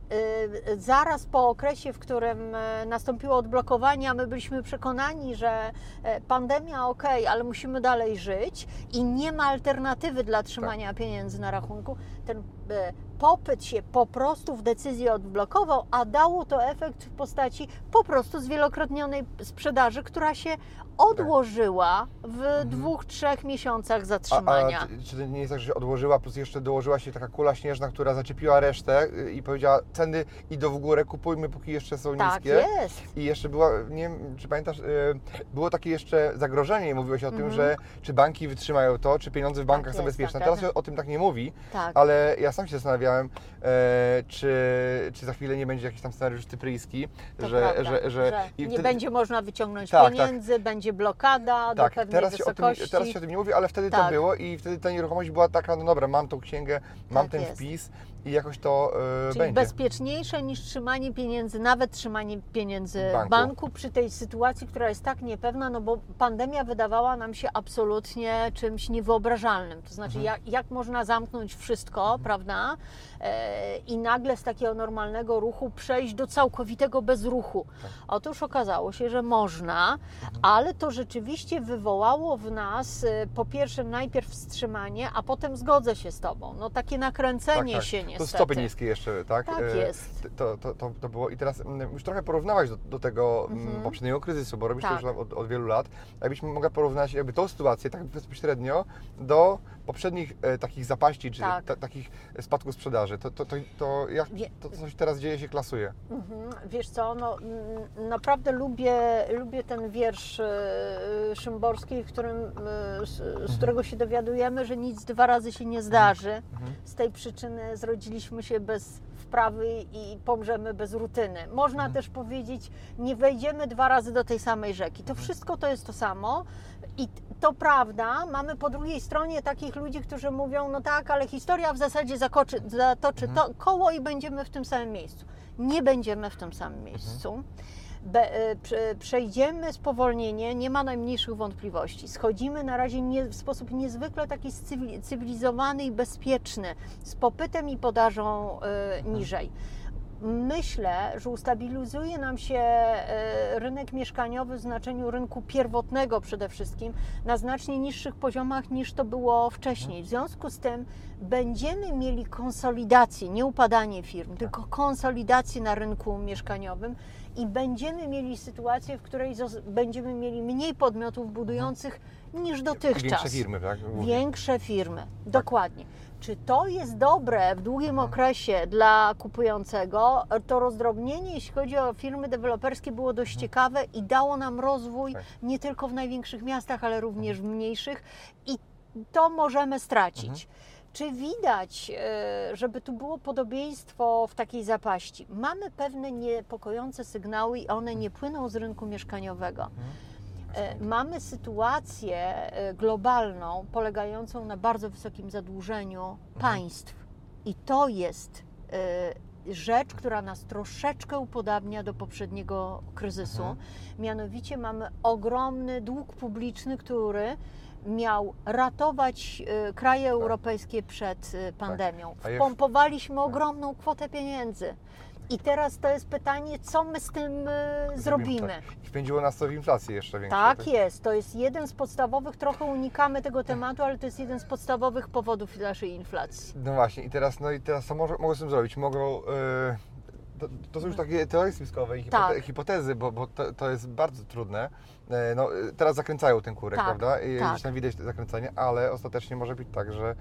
zaraz po okresie, w którym y, nastąpiło odblokowanie, a my byliśmy przekonani, że y, pandemia ok, ale musimy dalej żyć i nie ma alternatywy dla trzymania pieniędzy na rachunku, ten y, popyt się po prostu w decyzji odblokował, a dało to efekt w postaci po prostu zwielokrotnionej sprzedaży, która się odłożyła w dwóch, trzech miesiącach A, zatrzymania. a czy- czy to nie jest tak, że się odłożyła, plus jeszcze dołożyła się taka kula śnieżna, która zaczepiła resztę y, i powiedziała, ceny idą w górę, kupujmy, póki jeszcze są Tak niskie. jest. I jeszcze była, nie wiem, czy pamiętasz, y, było takie jeszcze zagrożenie, mówiło się o tym, Mhm. że czy banki wytrzymają to, czy pieniądze w bankach są jest, bezpieczne. tak, Teraz tak. się o tym tak nie mówi, Tak. ale ja sam się zastanawiałem, zastanawiałem, e, czy, czy za chwilę nie będzie jakiś tam scenariusz cypryjski, To że, prawda, że, że, i nie wtedy- będzie można wyciągnąć Tak, pieniędzy, będzie blokada do Tak, pewnej teraz się, o tym, wysokości. teraz się o tym nie mówi, ale wtedy Tak. to było i wtedy ta nieruchomość była taka, no dobra, mam tą księgę, mam Tak ten jest. wpis i jakoś to e, Czyli będzie. bezpieczniejsze niż trzymanie pieniędzy, nawet trzymanie pieniędzy W banku. w banku przy tej sytuacji, która jest tak niepewna, no bo pandemia wydawała nam się absolutnie czymś niewyobrażalnym. To znaczy, Mhm. jak, jak można zamknąć wszystko, prawda? E, I nagle z takiego normalnego ruchu przejść do całkowitego bezruchu. Tak. Otóż okazało się, że można, ale to rzeczywiście wywołało w nas e, po pierwsze najpierw wstrzymanie, a potem zgodzę się z Tobą. No takie nakręcenie Tak, tak. się To niestety. stopy niskie jeszcze, tak? Tak E, jest. To, to, to, to było i teraz mm, już trochę porównałaś do, do tego mm, Mhm. poprzedniego kryzysu, bo robisz Tak. to już od, od wielu lat. Jakbyśmy mogła porównać jakby tą sytuację tak bezpośrednio do poprzednich e, takich zapaści, czy Tak. ta, takich spadków sprzedaży. To, to, to, to jak Wie- to, co się teraz dzieje, się klasuje? Mhm. Wiesz co, no, mm, naprawdę lubię, lubię ten wiersz e, Szymborskiej, w którym, e, z, z którego się dowiadujemy, że nic dwa razy się nie zdarzy. Mhm. Z tej przyczyny zrodziliśmy się bez wprawy i pomrzemy bez rutyny. Można Mhm. też powiedzieć, nie wejdziemy dwa razy do tej samej rzeki. To wszystko to jest to samo. I t- to prawda, mamy po drugiej stronie takich ludzi, którzy mówią, no tak, ale historia w zasadzie zakoczy, zatoczy Mhm. to koło i będziemy w tym samym miejscu. Nie będziemy w tym samym miejscu. Be, e, prze, przejdziemy spowolnienie, nie ma najmniejszych wątpliwości. Schodzimy na razie nie, w sposób niezwykle taki cywili- cywilizowany i bezpieczny, z popytem i podażą e, niżej. Myślę, że ustabilizuje nam się e, rynek mieszkaniowy w znaczeniu rynku pierwotnego przede wszystkim na znacznie niższych poziomach niż to było wcześniej. W związku z tym będziemy mieli konsolidację, nie upadanie firm, tylko konsolidację na rynku mieszkaniowym i będziemy mieli sytuację, w której zos- będziemy mieli mniej podmiotów budujących niż I dotychczas. większe firmy, tak? Głównie. Większe firmy, dokładnie. Czy to jest dobre w długim Mhm. okresie dla kupującego? To rozdrobnienie, jeśli chodzi o firmy deweloperskie, było dość ciekawe i dało nam rozwój Tak. nie tylko w największych miastach, ale również w mniejszych i to możemy stracić. Czy widać, e, żeby tu było podobieństwo w takiej zapaści? Mamy pewne niepokojące sygnały i one nie płyną z rynku mieszkaniowego. E, Mamy sytuację e, globalną polegającą na bardzo wysokim zadłużeniu państw i to jest e, rzecz, która nas troszeczkę upodabnia do poprzedniego kryzysu. Mhm. Mianowicie mamy ogromny dług publiczny, który miał ratować e, kraje europejskie przed e, pandemią. A jak- Wpompowaliśmy ogromną kwotę pieniędzy. I teraz to jest pytanie, co my z tym e, zrobimy. Tak. I wpędziło nas to w inflację jeszcze większą. Tak jest, to jest jeden z podstawowych, trochę unikamy tego tematu, ale to jest jeden z podstawowych powodów naszej inflacji. No właśnie, i teraz, no i teraz co może, mogą z tym zrobić? Mogą. Yy, to, to są już takie teorie spiskowe i hipote, Tak. hipotezy, bo, bo to, to jest bardzo trudne. Yy, no, yy, teraz zakręcają ten kurek, Tak, prawda? I tak. gdzieś tam widać to zakręcanie, ale ostatecznie może być tak, że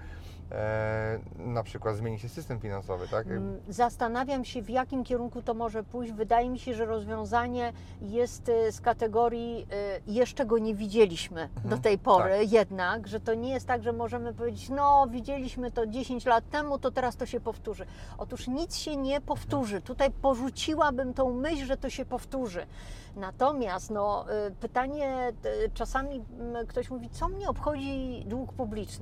e, na przykład zmieni się system finansowy, tak? Mm, Zastanawiam się, w jakim kierunku to może pójść. Wydaje mi się, że rozwiązanie jest y, z kategorii y, jeszcze go nie widzieliśmy Mhm, do tej pory, jednak, że to nie jest tak, że możemy powiedzieć, no widzieliśmy to dziesięć lat temu, to teraz to się powtórzy. Otóż nic się nie powtórzy. Tutaj porzuciłabym tą myśl, że to się powtórzy. Natomiast no, y, pytanie, y, czasami mm, ktoś mówi, co mnie obchodzi dług publiczny?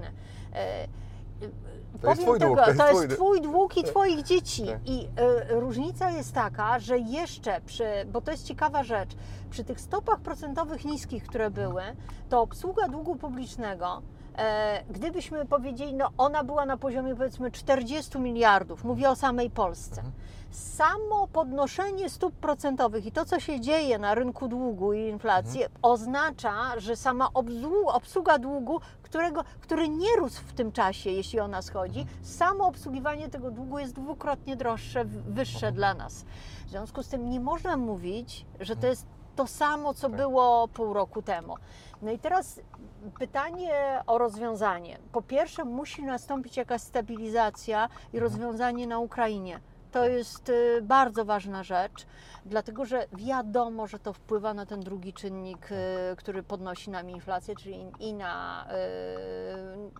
Y, y, To jest powiem twój tego, dług, to jest to twój jest dług. twój dług i Tak. twoich dzieci. Tak. I y, różnica jest taka, że jeszcze przy, bo to jest ciekawa rzecz, przy tych stopach procentowych niskich, które były, to obsługa długu publicznego, e, gdybyśmy powiedzieli, no ona była na poziomie powiedzmy czterdziestu miliardów, mówię o samej Polsce. Samo podnoszenie stóp procentowych i to, co się dzieje na rynku długu i inflacji, oznacza, że sama obsłu- obsługa długu, którego, który nie rósł w tym czasie, jeśli o nas chodzi, samo obsługiwanie tego długu jest dwukrotnie droższe, w- wyższe dla nas. W związku z tym nie można mówić, że to jest to samo, co było pół roku temu. No i teraz pytanie o rozwiązanie. Po pierwsze, musi nastąpić jakaś stabilizacja i rozwiązanie na Ukrainie. To jest y, bardzo ważna rzecz, dlatego że wiadomo, że to wpływa na ten drugi czynnik, y, który podnosi nam inflację, czyli i na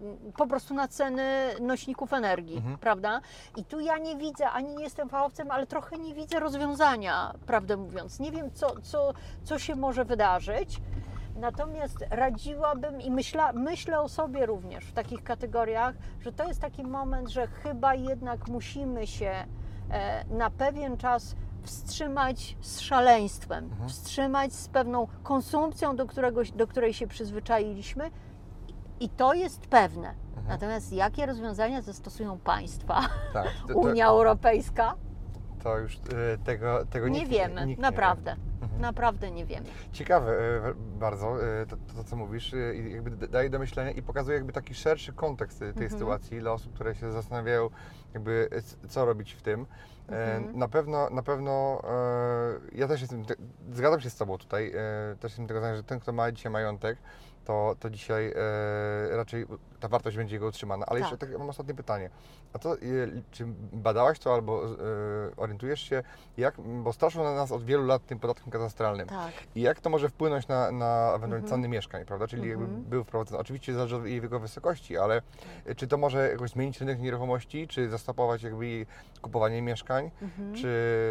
po prostu na ceny nośników energii, Mhm. prawda? I tu ja nie widzę, ani nie jestem fachowcem, ale trochę nie widzę rozwiązania, prawdę mówiąc. Nie wiem, co, co, co się może wydarzyć. Natomiast radziłabym i myśla, myślę o sobie również w takich kategoriach, że to jest taki moment, że chyba jednak musimy się e, na pewien czas wstrzymać z szaleństwem, Mhm. wstrzymać z pewną konsumpcją, do, którego, do której się przyzwyczailiśmy i to jest pewne. Mhm. Natomiast jakie rozwiązania zastosują państwa, Tak, to, to, Unia Europejska, to już y, tego, tego nie nikt, wiemy, nikt naprawdę, nie wie. Mhm. naprawdę nie wiemy. Ciekawe y, bardzo y, to, to, co mówisz, y, i jakby d- daje do myślenia i pokazuje jakby taki szerszy kontekst tej Mhm. sytuacji dla osób, które się zastanawiają, jakby y, c- co robić w tym. E, Mhm. Na pewno, na pewno e, ja też jestem, te, zgadzam się z Tobą tutaj, e, też jestem tego zdania, że ten, kto ma dzisiaj majątek, to, to dzisiaj e, raczej ta wartość będzie jego utrzymana. Ale Tak. jeszcze tak, mam ostatnie pytanie. A to, e, czy badałaś to albo e, orientujesz się, jak, bo straszą na nas od wielu lat tym podatkiem katastralnym. Tak. I jak to może wpłynąć na, na ewentualnie Mhm. ceny mieszkań, prawda? Czyli Mhm. jakby był wprowadzony, oczywiście zależy od jego wysokości, ale czy to może jakoś zmienić rynek nieruchomości, czy zastopować jakby jej kupowanie mieszkań, Mhm. czy,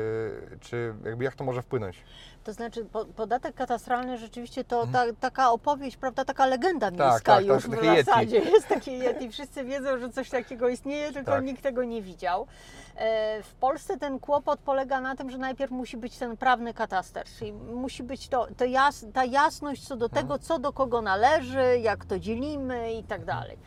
czy jakby jak to może wpłynąć? To znaczy po, podatek katastralny rzeczywiście to Mhm. ta, taka opowieść, prawda, taka legenda Tak, miejska tak, już tak, w takie Yeti. zasadzie. Jest takie Yeti, wszyscy wiedzą, że coś takiego istnieje, tylko Tak. nikt tego nie widział. E, W Polsce ten kłopot polega na tym, że najpierw musi być ten prawny kataster, czyli musi być to, to jas, ta jasność co do Mhm. tego, co do kogo należy, jak to dzielimy i tak dalej.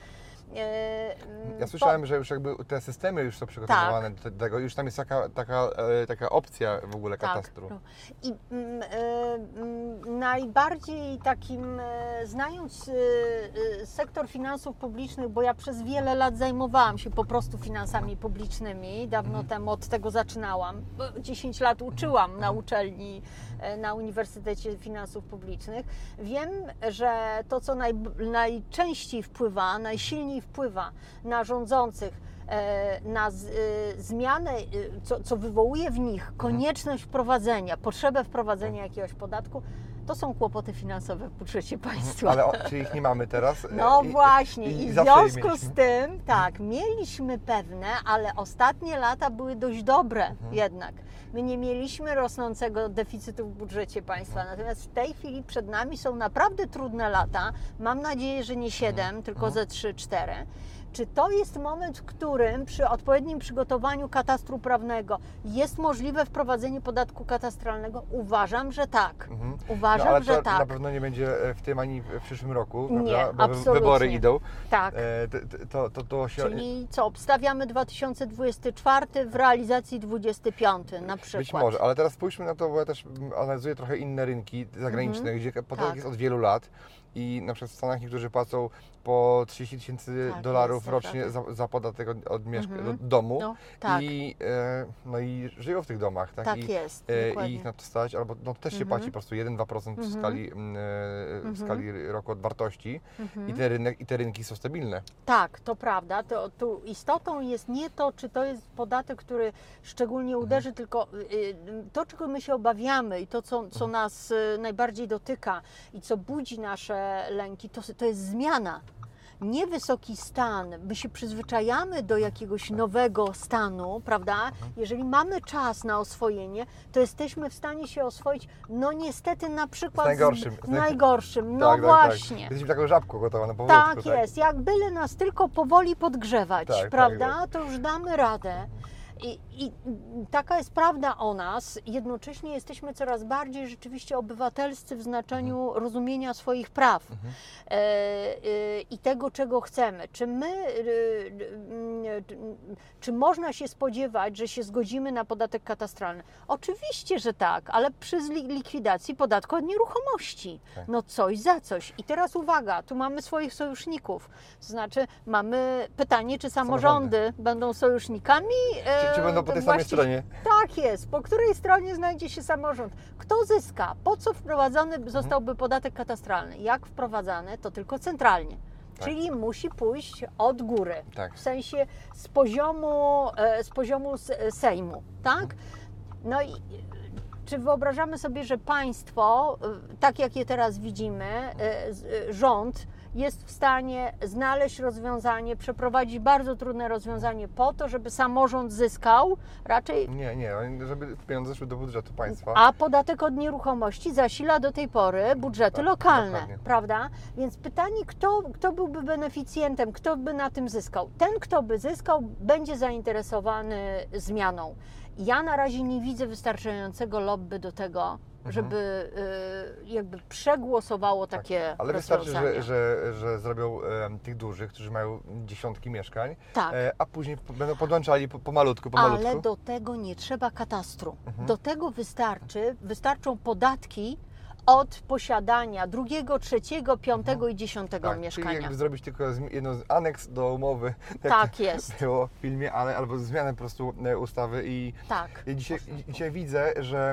E, Ja po- słyszałem, że już jakby te systemy już są przygotowane do tego, już tam jest taka, taka, e, taka opcja w ogóle katastru. Tak. I mm, e, mm, najbardziej takim, e, znając e, e, sektor finansów publicznych, bo ja przez wiele lat zajmowałam się po prostu finansami publicznymi, dawno temu od tego zaczynałam. Bo dziesięć lat uczyłam na uczelni, e, na Uniwersytecie Finansów Publicznych. Wiem, że to, co naj, najczęściej wpływa, najsilniej wpływa na rządzących, e, na z, e, zmianę, e, co, co wywołuje w nich konieczność wprowadzenia, potrzebę wprowadzenia jakiegoś podatku, to są kłopoty finansowe w budżecie państwa. Ale o, czy ich nie mamy teraz? E, No i- właśnie, i w zawsze je związku z mieliśmy. tym, tak, mieliśmy pewne, ale ostatnie lata były dość dobre Mhm. jednak. My nie mieliśmy rosnącego deficytu w budżecie państwa, Mhm. natomiast w tej chwili przed nami są naprawdę trudne lata. Mam nadzieję, że nie siedem, tylko Mhm. ze trzy cztery. Czy to jest moment, w którym przy odpowiednim przygotowaniu katastru prawnego jest możliwe wprowadzenie podatku katastralnego? Uważam, że tak. Mhm. Uważam, no, ale że to tak. na pewno nie będzie e, w tym ani w przyszłym roku, Nie, prawda? Bo wy- absolutnie. wybory idą. Tak. E, t- t- to, to, to się... Czyli co, obstawiamy dwa tysiące dwudziesty czwarty, w realizacji dwudziesty piąty na przykład. Być może, ale teraz spójrzmy na to, bo ja też analizuję trochę inne rynki zagraniczne, Mhm. gdzie podatek Tak. jest od wielu lat i na przykład w Stanach niektórzy płacą po trzydzieści tysięcy Tak, dolarów jest, rocznie za, naprawdę. za podatek od, od mieszka- Mhm. do domu No, tak, i, e, no i żyją w tych domach, tak? tak I, jest, e, dokładnie. i ich na to stać, albo no, też się Mhm. płaci po prostu jeden do dwóch procent w Mhm. skali, mm, e, w Mhm. skali roku od wartości Mhm. i, te rynek, i te rynki są stabilne. Tak, to prawda. To, tu istotą jest nie to, czy to jest podatek, który szczególnie uderzy, tylko y, y, to, czego my się obawiamy i to, co, co nas y, najbardziej dotyka i co budzi nasze lęki, to, to jest zmiana. Nie wysoki stan, my się przyzwyczajamy do jakiegoś nowego stanu, prawda? Jeżeli mamy czas na oswojenie, to jesteśmy w stanie się oswoić, no niestety na przykład Z najgorszym. Z najgorszym, no Tak, tak, właśnie. Tak. Jesteśmy taką żabką gotowa na powrótku. Tak jest, jak byle nas tylko powoli podgrzewać, Tak, tak, prawda, to już damy radę. I, I taka jest prawda o nas. Jednocześnie jesteśmy coraz bardziej rzeczywiście obywatelscy w znaczeniu rozumienia swoich praw Mhm. e, e, i tego, czego chcemy. Czy my, e, e, czy można się spodziewać, że się zgodzimy na podatek katastralny? Oczywiście, że tak, ale przy zli- likwidacji podatku od nieruchomości. Tak. No coś za coś. I teraz uwaga, tu mamy swoich sojuszników. To znaczy mamy pytanie, czy samorządy, Samorządy. będą sojusznikami? Czy, czy będą po tej samej Właściwie- stronie? Tak jest. Po której stronie znajdzie się samorząd? Kto zyska? Po co wprowadzony zostałby podatek katastralny? Jak wprowadzany? To tylko centralnie. Tak. Czyli musi pójść od góry. Tak. W sensie z poziomu, e, z poziomu s- Sejmu, tak? No i czy wyobrażamy sobie, że państwo, e, tak jak je teraz widzimy, e, z- e, rząd jest w stanie znaleźć rozwiązanie, przeprowadzić bardzo trudne rozwiązanie po to, żeby samorząd zyskał, raczej... Nie, nie, żeby pieniądze szły do budżetu państwa. A podatek od nieruchomości zasila do tej pory budżety tak, lokalne, dokładnie. prawda? Więc pytanie, kto, kto byłby beneficjentem, kto by na tym zyskał? Ten, kto by zyskał, będzie zainteresowany zmianą. Ja na razie nie widzę wystarczającego lobby do tego, żeby y, jakby przegłosowało takie tak, ale wystarczy, rozwiązania. że, że, że zrobią e, tych dużych, którzy mają dziesiątki mieszkań, Tak. e, a później po, będą podłączali po, po malutku, po malutku. Ale do tego nie trzeba katastru. Mhm. Do tego wystarczy, wystarczą podatki od posiadania drugiego, trzeciego, piątego i dziesiątego tak, czyli mieszkania. jakby zrobić tylko zmi- jedno z aneks do umowy, jak Tak to jest. było w filmie, ale albo zmianę po prostu e, ustawy i Tak. ja dzisiaj, dzisiaj widzę, że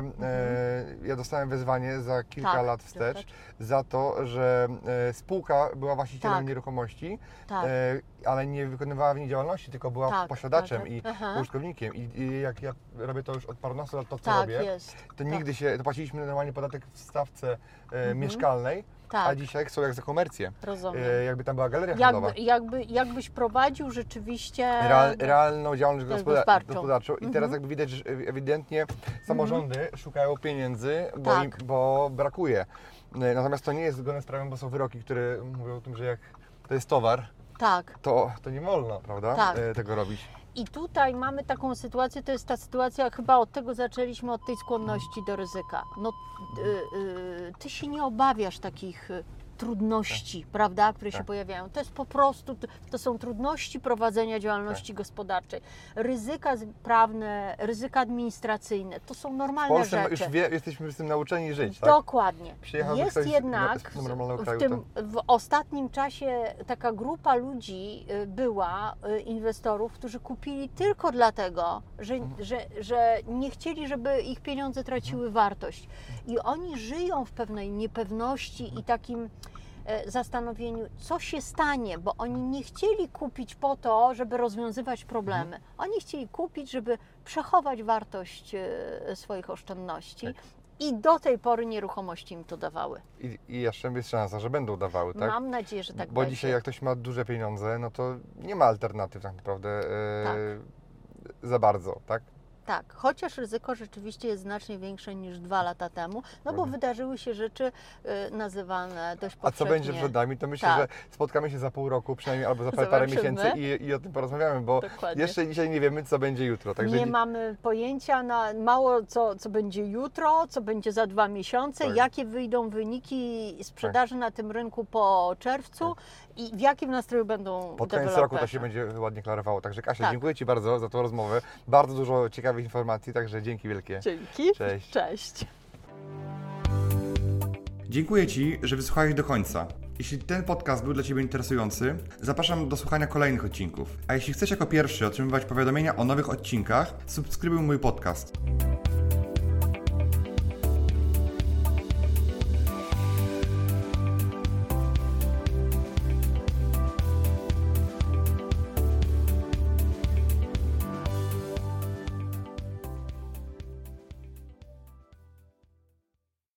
e, ja dostałem wezwanie za kilka Tak, lat wstecz wstecz. za to, że e, spółka była właścicielem Tak. nieruchomości, Tak. e, ale nie wykonywała w niej działalności, tylko była Tak, posiadaczem tak, i aha. użytkownikiem. I, I jak ja robię to już od parunastu lat, to co Tak robię, jest. to nigdy się, to płaciliśmy normalnie podatek w stawce e, mieszkalnej, Tak. a dzisiaj są jak za komercję. Rozumiem. E, jakby tam była galeria handlowa. Jakby, jakby, jakbyś prowadził rzeczywiście Real, realną działalność gospodar- gospodarczą. gospodarczą i teraz Mhm. jakby widać, że ewidentnie samorządy szukają pieniędzy, bo, Tak. im, bo brakuje. Natomiast to nie jest zgodne z prawem, bo są wyroki, które mówią o tym, że jak to jest towar, Tak. to, to nie wolno, prawda, Tak. e, tego robić. I tutaj mamy taką sytuację, to jest ta sytuacja, chyba od tego zaczęliśmy, od tej skłonności do ryzyka. No, y, y, ty się nie obawiasz takich y, trudności, prawda, które się Tak. pojawiają. To jest po prostu, to są trudności prowadzenia działalności Tak. gospodarczej. Ryzyka z- prawne, ryzyka administracyjne, to są W normalne Polsce rzeczy. już wie, jesteśmy z tym nauczeni żyć, tak? Dokładnie. Przyjechałby Jest ktoś z- jednak z normalnego kraju, w, tym, w ostatnim czasie taka grupa ludzi y, była, y, inwestorów, którzy kupili tylko dlatego, że, Mhm. że, że nie chcieli, żeby ich pieniądze traciły wartość. I oni żyją w pewnej niepewności i takim e, zastanowieniu, co się stanie, bo oni nie chcieli kupić po to, żeby rozwiązywać problemy. Oni chcieli kupić, żeby przechować wartość e, swoich oszczędności. Tak. I do tej pory nieruchomości im to dawały. I, I jeszcze jest szansa, że będą dawały, tak? Mam nadzieję, że tak Bo będzie. dzisiaj jak ktoś ma duże pieniądze, no to nie ma alternatyw tak naprawdę e, Tak. za bardzo, tak? Tak, chociaż ryzyko rzeczywiście jest znacznie większe niż dwa lata temu, no bo Prawda. wydarzyły się rzeczy y, nazywane dość A powszechnie. co będzie przed nami, to myślę, Tak. że spotkamy się za pół roku przynajmniej, albo za parę, parę Zobaczymy. miesięcy i, i o tym porozmawiamy, bo Dokładnie. jeszcze dzisiaj nie wiemy, co będzie jutro. Także Nie dzi- mamy pojęcia na mało co, co będzie jutro, co będzie za dwa miesiące, Tak. jakie wyjdą wyniki sprzedaży na tym rynku po czerwcu i w jakim nastroju będą pod koniec roku to się będzie ładnie klarowało. Także Kasia, Tak. dziękuję Ci bardzo za tą rozmowę. Bardzo dużo ciekawych informacji, także dzięki wielkie. Dzięki. Cześć. Cześć. Dziękuję Ci, że wysłuchałeś do końca. Jeśli ten podcast był dla Ciebie interesujący, zapraszam do słuchania kolejnych odcinków. A jeśli chcesz jako pierwszy otrzymywać powiadomienia o nowych odcinkach, subskrybuj mój podcast.